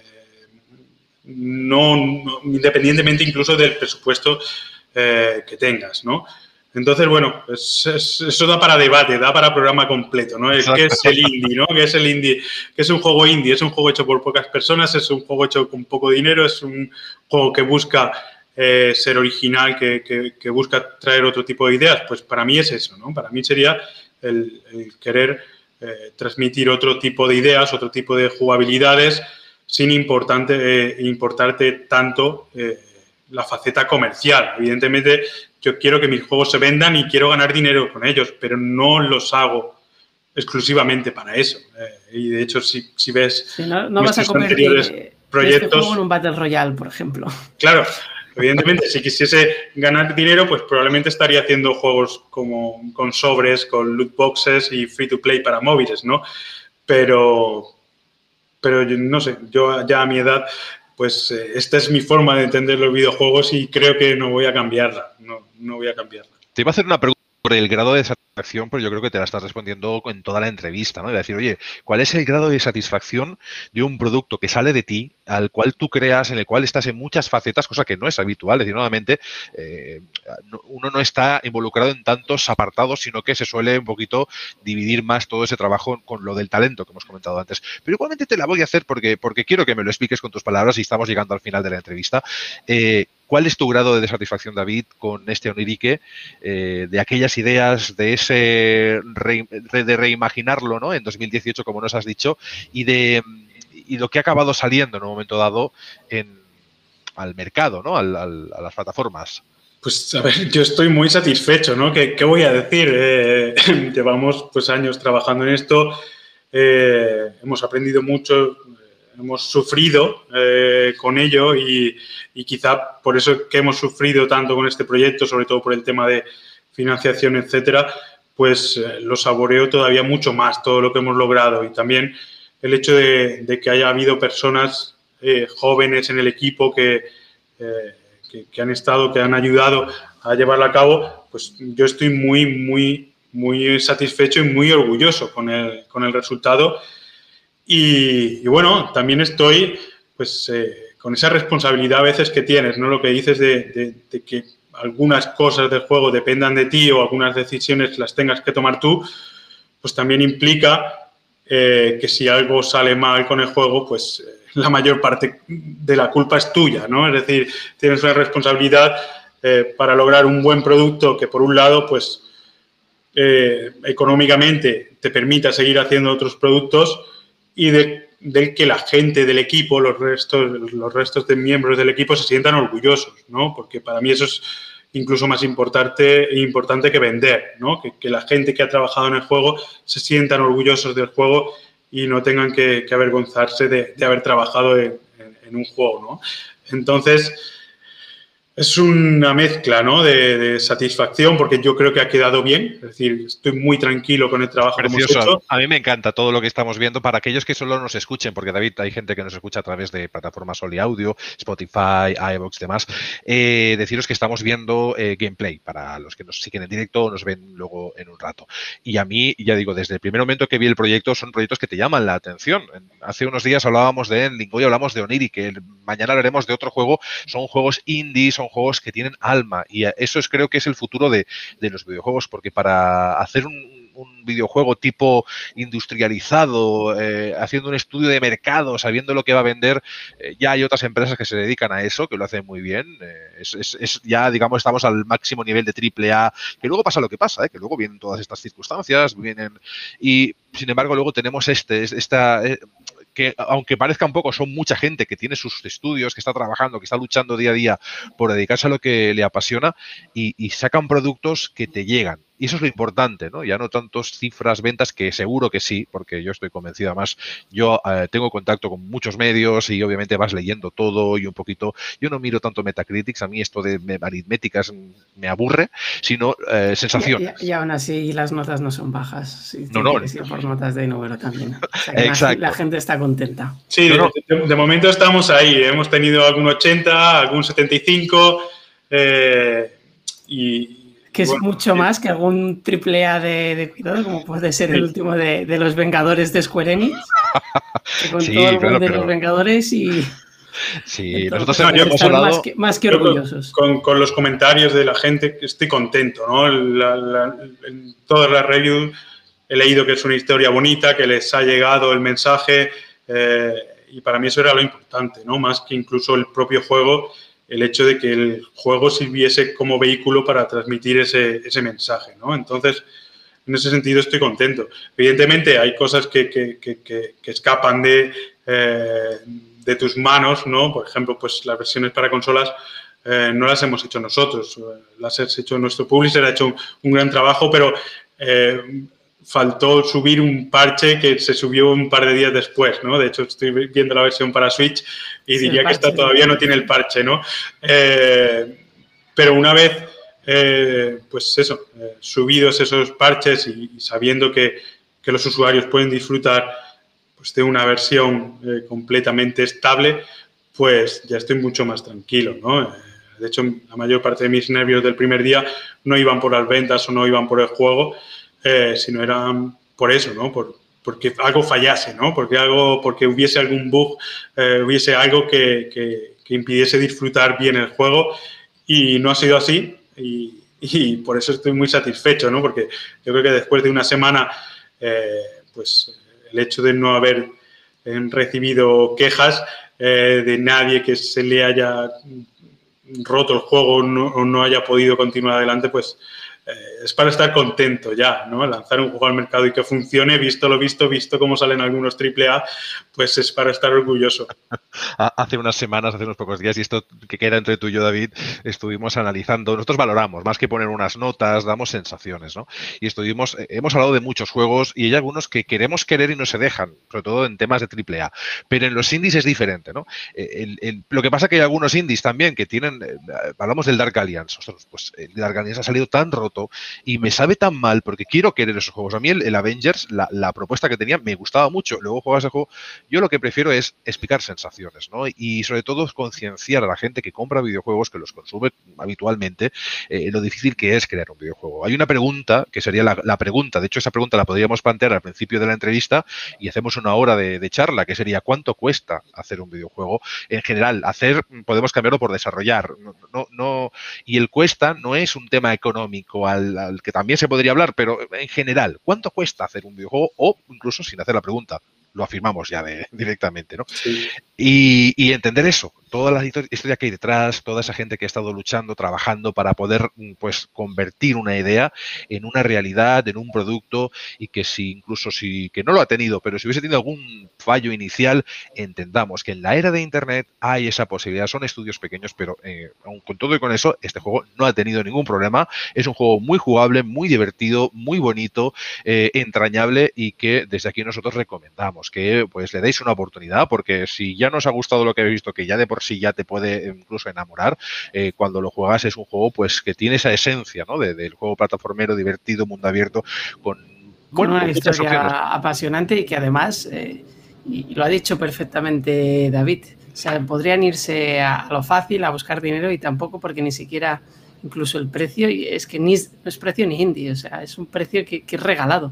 no, no, independientemente incluso del presupuesto eh, que tengas, ¿no? Entonces, bueno, es, es, eso da para debate, da para programa completo, ¿no? ¿Qué es el indie, no? ¿Qué es el indie? ¿Qué es un juego indie? ¿Es un juego hecho por pocas personas? ¿Es un juego hecho con poco dinero? ¿Es un juego que busca eh, ser original, que, que, que busca traer otro tipo de ideas? Pues para mí es eso, ¿no? Para mí sería el, el querer eh, transmitir otro tipo de ideas, otro tipo de jugabilidades, sin importante, eh, importarte tanto eh, la faceta comercial. Evidentemente, yo quiero que mis juegos se vendan y quiero ganar dinero con ellos, pero no los hago exclusivamente para eso. Eh, y de hecho, si, si ves... Sí, no, no vas a convertir proyectos, este juego en un Battle Royale, por ejemplo. Claro, evidentemente, si quisiese ganar dinero, pues probablemente estaría haciendo juegos como con sobres, con loot boxes y free to play para móviles, ¿no? Pero, pero yo, no sé, yo ya a mi edad... pues eh, esta es mi forma de entender los videojuegos y creo que no voy a cambiarla, no, no voy a cambiarla. Te iba a hacer una pregunta sobre el grado de satisfacción, pero yo creo que te la estás respondiendo en toda la entrevista, ¿no? De decir, oye, ¿cuál es el grado de satisfacción de un producto que sale de ti, al cual tú creas, en el cual estás en muchas facetas, cosa que no es habitual? Es decir, nuevamente, eh, uno no está involucrado en tantos apartados, sino que se suele un poquito dividir más todo ese trabajo con lo del talento que hemos comentado antes. Pero igualmente te la voy a hacer porque, porque quiero que me lo expliques con tus palabras y estamos llegando al final de la entrevista. Eh, ¿Cuál es tu grado de satisfacción, David, con este Onirique, eh, de aquellas ideas, de ese re, de reimaginarlo, ¿no? En dos mil dieciocho, como nos has dicho, y de y lo que ha acabado saliendo en un momento dado en, al mercado, ¿no? Al, al, a las plataformas? Pues, a ver, yo estoy muy satisfecho, ¿no? ¿Qué, qué voy a decir? Eh, llevamos, pues, años trabajando en esto, eh, hemos aprendido mucho, hemos sufrido eh, con ello y, y quizá por eso que hemos sufrido tanto con este proyecto, sobre todo por el tema de financiación, etcétera, pues eh, lo saboreo todavía mucho más, todo lo que hemos logrado. Y también el hecho de, de que haya habido personas eh, jóvenes en el equipo que, eh, que, que han estado, que han ayudado a llevarlo a cabo, pues yo estoy muy, muy, muy satisfecho y muy orgulloso con el, con el resultado. Y, y bueno, también estoy pues eh, con esa responsabilidad a veces que tienes, ¿no? Lo que dices de, de, de que algunas cosas del juego dependan de ti o algunas decisiones las tengas que tomar tú, pues también implica eh, que si algo sale mal con el juego, pues eh, la mayor parte de la culpa es tuya, ¿no? Es decir, tienes una responsabilidad eh, para lograr un buen producto que, por un lado, pues eh, económicamente te permita seguir haciendo otros productos y de, de que la gente del equipo, los restos, los restos de miembros del equipo se sientan orgullosos, ¿no? Porque para mí eso es incluso más importante, importante que vender, ¿no? Que, que la gente que ha trabajado en el juego se sientan orgullosos del juego y no tengan que, que avergonzarse de, de haber trabajado en, en, en un juego, ¿no? Entonces, es una mezcla, ¿no? de, de satisfacción, porque yo creo que ha quedado bien. Es decir, estoy muy tranquilo con el trabajo Precioso. que hemos hecho. A mí me encanta todo lo que estamos viendo. Para aquellos que solo nos escuchen, porque David, hay gente que nos escucha a través de plataformas Oli Audio, Spotify, iVoox, demás, eh, deciros que estamos viendo eh, gameplay para los que nos siguen en directo o nos ven luego en un rato. Y a mí, ya digo, desde el primer momento que vi el proyecto, son proyectos que te llaman la atención. Hace unos días hablábamos de en Lingoy, hablamos de Oniri, que mañana hablaremos de otro juego. Son juegos indie, son juegos que tienen alma y eso es, creo que es el futuro de, de los videojuegos, porque para hacer un, un videojuego tipo industrializado, eh, haciendo un estudio de mercado, sabiendo lo que va a vender, eh, ya hay otras empresas que se dedican a eso, que lo hacen muy bien. Eh, es, es, es ya, digamos, estamos al máximo nivel de triple A, que luego pasa lo que pasa, ¿eh? Que luego vienen todas estas circunstancias, vienen y, sin embargo, luego tenemos este, esta... Eh, que aunque parezca un poco, son mucha gente que tiene sus estudios, que está trabajando, que está luchando día a día por dedicarse a lo que le apasiona y, y sacan productos que te llegan. Y eso es lo importante, ¿no? Ya no tantos cifras, ventas, que seguro que sí, porque yo estoy convencido. Además, yo eh, tengo contacto con muchos medios y obviamente vas leyendo todo y un poquito. Yo no miro tanto Metacritics, a mí esto de aritméticas me aburre, sino eh, sensaciones. Y, y, y aún así las notas no son bajas. Sí, no, no. Que ser por notas de número también. O sea, que Exacto. La, la gente está contenta. Sí, no, no. De, de momento estamos ahí. Hemos tenido algún ochenta, algún setenta y cinco eh, y... Que es bueno, mucho sí. más que algún triple A de, de cuidado, como puede ser sí. el último de, de los Vengadores de Square Enix. Que con sí, todo el claro, de pero... los Vengadores y... Sí, entonces, nosotros hemos hablado... Más que, más que orgullosos. Con, con los comentarios de la gente estoy contento, ¿no? La, la, en todas las reviews he leído que es una historia bonita, que les ha llegado el mensaje eh, y para mí eso era lo importante, ¿no? Más que incluso el propio juego, el hecho de que el juego sirviese como vehículo para transmitir ese, ese mensaje, ¿no? Entonces, en ese sentido estoy contento. Evidentemente hay cosas que, que, que, que, que escapan de, eh, de tus manos, ¿no? Por ejemplo, pues las versiones para consolas eh, no las hemos hecho nosotros, las ha hecho nuestro publisher, ha hecho un, un gran trabajo, pero eh, faltó subir un parche que se subió un par de días después, ¿no? De hecho, estoy viendo la versión para Switch y sí, diría que esta todavía no tiene el parche, ¿no? Eh, pero una vez, eh, pues eso, eh, subidos esos parches y, y sabiendo que, que los usuarios pueden disfrutar pues, de una versión eh, completamente estable, pues ya estoy mucho más tranquilo, ¿no? Eh, de hecho, la mayor parte de mis nervios del primer día no iban por las ventas o no iban por el juego, Eh, si no eran por eso, ¿no? Por, porque algo fallase, ¿no? Porque, algo, porque hubiese algún bug, eh, hubiese algo que, que, que impidiese disfrutar bien el juego y no ha sido así y, y por eso estoy muy satisfecho, ¿no? Porque yo creo que después de una semana, eh, pues el hecho de no haber eh, recibido quejas eh, de nadie que se le haya roto el juego no, o no haya podido continuar adelante, pues Eh, es para estar contento ya, ¿no? Lanzar un juego al mercado y que funcione, visto lo visto, visto cómo salen algunos triple A, pues es para estar orgulloso. Hace unas semanas, hace unos pocos días, y esto que queda entre tú y yo, David, estuvimos analizando, nosotros valoramos, más que poner unas notas, damos sensaciones, ¿no? Y estuvimos, eh, hemos hablado de muchos juegos y hay algunos que queremos querer y no se dejan, sobre todo en temas de triple A, pero en los indies es diferente, ¿no? El, el, lo que pasa es que hay algunos indies también que tienen, eh, hablamos del Dark Alliance, nosotros, pues el Dark Alliance ha salido tan roto y me sabe tan mal porque quiero querer esos juegos. A mí el, el Avengers, la, la propuesta que tenía me gustaba mucho. Luego juegas el juego. Yo lo que prefiero es explicar sensaciones, ¿no? Y sobre todo concienciar a la gente que compra videojuegos, que los consume habitualmente, eh, lo difícil que es crear un videojuego. Hay una pregunta que sería la, la pregunta, de hecho esa pregunta la podríamos plantear al principio de la entrevista y hacemos una hora de, de charla, que sería ¿cuánto cuesta hacer un videojuego? En general, hacer, podemos cambiarlo por desarrollar. No, no, no, y el cuesta no es un tema económico Al, al que también se podría hablar, pero en general, ¿cuánto cuesta hacer un videojuego? O incluso sin hacer la pregunta, lo afirmamos ya de, directamente, ¿no? Sí. Y, y entender eso, toda la historia que hay detrás, toda esa gente que ha estado luchando, trabajando para poder, pues, convertir una idea en una realidad, en un producto y que si incluso si, que no lo ha tenido, pero si hubiese tenido algún fallo inicial, entendamos que en la era de Internet hay esa posibilidad, son estudios pequeños, pero eh, aun con todo y con eso, este juego no ha tenido ningún problema, es un juego muy jugable, muy divertido, muy bonito, eh, entrañable y que desde aquí nosotros recomendamos que pues le deis una oportunidad, porque si ya no os ha gustado lo que habéis visto, que ya de por sí ya te puede incluso enamorar, eh, cuando lo juegas es un juego pues que tiene esa esencia, ¿no? De, del juego plataformero, divertido, mundo abierto, con, con bueno, una historia opciones. Apasionante y que además, eh, y lo ha dicho perfectamente David, o sea, podrían irse a, a lo fácil, a buscar dinero y tampoco porque ni siquiera incluso el precio, y es que ni, no es precio ni indie, o sea, es un precio que, que es regalado.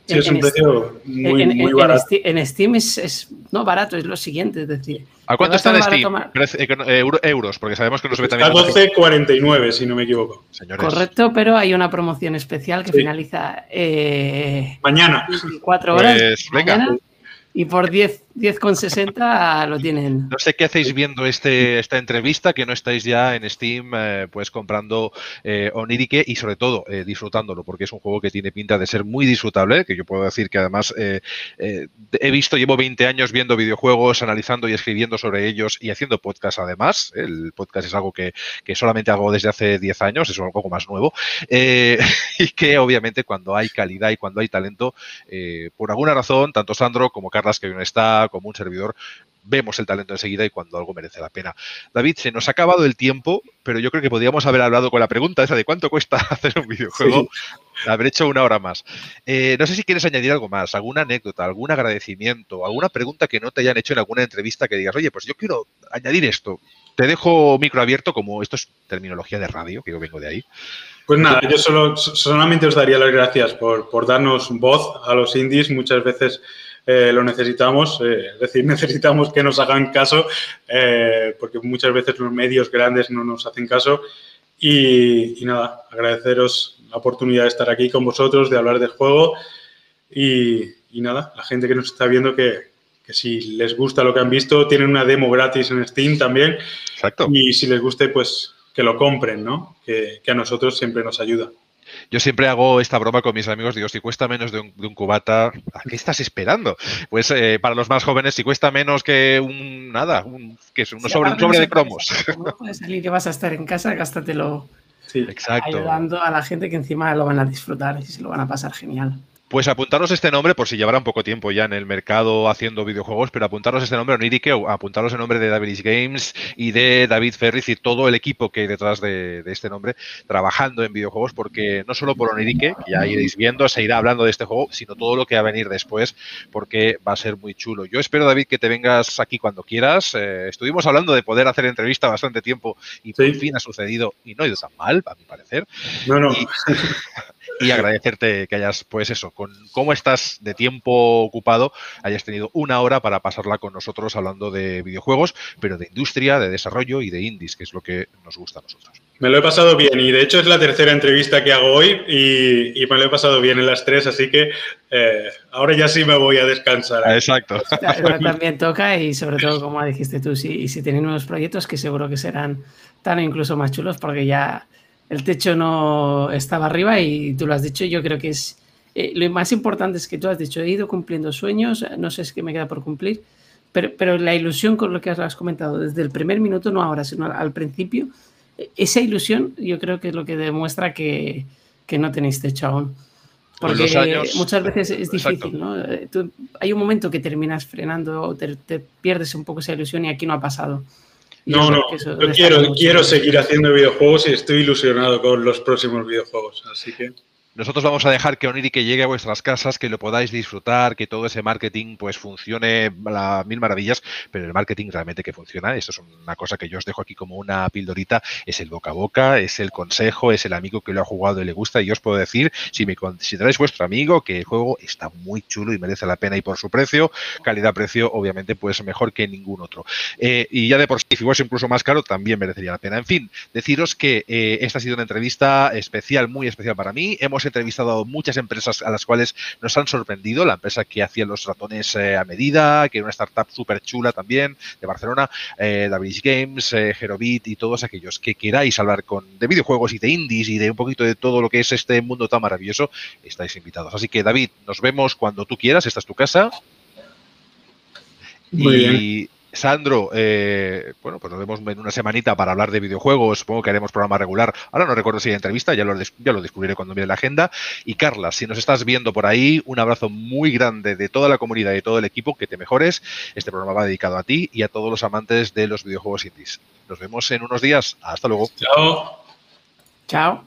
Sí, en, es un precio muy, en, muy en, barato. En Steam es, es no barato, es lo siguiente, es decir... ¿A cuánto está en Steam? Euro, euros, porque sabemos que nos ve también... A doce cuarenta y nueve, si no me equivoco. Señores. Correcto, pero hay una promoción especial que sí. finaliza... Eh, mañana. veinticuatro horas. Pues, mañana. Venga. Y por diez con sesenta lo tienen. No sé qué hacéis viendo este, esta entrevista, que no estáis ya en Steam eh, pues comprando eh, Onirique y sobre todo eh, disfrutándolo, porque es un juego que tiene pinta de ser muy disfrutable, que yo puedo decir que además eh, eh, he visto, llevo veinte años viendo videojuegos, analizando y escribiendo sobre ellos y haciendo podcast además. El podcast es algo que, que solamente hago desde hace diez años, es un poco más nuevo, eh, y que obviamente cuando hay calidad y cuando hay talento, eh, por alguna razón, tanto Sandro como Carlas, que no está, como un servidor, vemos el talento enseguida y cuando algo merece la pena. David, se nos ha acabado el tiempo, pero yo creo que podríamos haber hablado con la pregunta esa de cuánto cuesta hacer un videojuego, sí. haber hecho una hora más. Eh, no sé si quieres añadir algo más, alguna anécdota, algún agradecimiento, alguna pregunta que no te hayan hecho en alguna entrevista que digas, oye, pues yo quiero añadir esto. Te dejo micro abierto, como esto es terminología de radio, que yo vengo de ahí. Pues nada, yo solo, solamente os daría las gracias por, por darnos voz a los indies. Muchas veces eh, lo necesitamos, eh, es decir, necesitamos que nos hagan caso, eh, porque muchas veces los medios grandes no nos hacen caso. Y, y nada, agradeceros la oportunidad de estar aquí con vosotros, de hablar del juego. Y, y nada, la gente que nos está viendo, que, que si les gusta lo que han visto, tienen una demo gratis en Steam también. Exacto. Y si les guste, pues que lo compren, ¿no? Que, que a nosotros siempre nos ayuda. Yo siempre hago esta broma con mis amigos, digo, si cuesta menos de un, de un cubata, ¿a qué estás esperando? Pues eh, para los más jóvenes, si cuesta menos que un, nada, un, que es un sí, sobre, un sobre de cromos. Como puedes salir que vas a estar en casa, gástatelo sí, exacto. ayudando a la gente que encima lo van a disfrutar y se lo van a pasar genial. Pues apuntaros este nombre, por si llevará un poco tiempo ya en el mercado haciendo videojuegos, pero apuntaros este nombre, Onirique, apuntaros el nombre de David Games y de David Ferriz y todo el equipo que hay detrás de, de este nombre trabajando en videojuegos, porque no solo por Onirique, que ya iréis viendo, se irá hablando de este juego, sino todo lo que va a venir después, porque va a ser muy chulo. Yo espero, David, que te vengas aquí cuando quieras. Eh, estuvimos hablando de poder hacer entrevista bastante tiempo y por sí. fin ha sucedido y no ha ido tan mal, a mi parecer. No, no. Y, y agradecerte que hayas, pues eso, con cómo estás de tiempo ocupado, hayas tenido una hora para pasarla con nosotros hablando de videojuegos, pero de industria, de desarrollo y de indies, que es lo que nos gusta a nosotros. Me lo he pasado bien y de hecho es la tercera entrevista que hago hoy y, y me lo he pasado bien en las tres, así que eh, ahora ya sí me voy a descansar. Exacto. También toca y sobre todo, como dijiste tú, si, si tenéis nuevos proyectos que seguro que serán tan o incluso más chulos porque ya el techo no estaba arriba y tú lo has dicho, yo creo que es... Eh, lo más importante es que tú has dicho, he ido cumpliendo sueños, no sé si qué me queda por cumplir, pero, pero la ilusión con lo que has comentado desde el primer minuto, no ahora, sino al principio, esa ilusión yo creo que es lo que demuestra que, que no tenéis techo aún. Porque años, muchas veces es difícil, exacto. ¿no? Tú, hay un momento que terminas frenando o te, te pierdes un poco esa ilusión y aquí no ha pasado. Y no, no, eso, yo quiero, quiero seguir haciendo videojuegos y estoy ilusionado con los próximos videojuegos, así que... Nosotros vamos a dejar que Onirique llegue a vuestras casas, que lo podáis disfrutar, que todo ese marketing pues funcione a las mil maravillas, pero el marketing realmente que funciona, eso es una cosa que yo os dejo aquí como una pildorita, es el boca a boca, es el consejo, es el amigo que lo ha jugado y le gusta, y yo os puedo decir, si me consideráis vuestro amigo, que el juego está muy chulo y merece la pena, y por su precio, calidad-precio, obviamente, pues mejor que ningún otro. Eh, y ya de por sí, si fuese incluso más caro, también merecería la pena. En fin, deciros que eh, esta ha sido una entrevista especial, muy especial para mí. Hemos entrevistado a muchas empresas a las cuales nos han sorprendido, la empresa que hacía los ratones eh, a medida, que era una startup súper chula también de Barcelona, eh, David Games, eh, Herobit y todos aquellos que queráis hablar con de videojuegos y de indies y de un poquito de todo lo que es este mundo tan maravilloso, estáis invitados. Así que, David, nos vemos cuando tú quieras, esta es tu casa. Muy y bien. Sandro, eh, bueno, pues nos vemos en una semanita para hablar de videojuegos, supongo que haremos programa regular, ahora no recuerdo si hay entrevista, ya lo, ya lo descubriré cuando mire la agenda. Y Carla, si nos estás viendo por ahí, un abrazo muy grande de toda la comunidad y de todo el equipo, que te mejores. Este programa va dedicado a ti y a todos los amantes de los videojuegos indies. Nos vemos en unos días, hasta luego. Chao. Chao.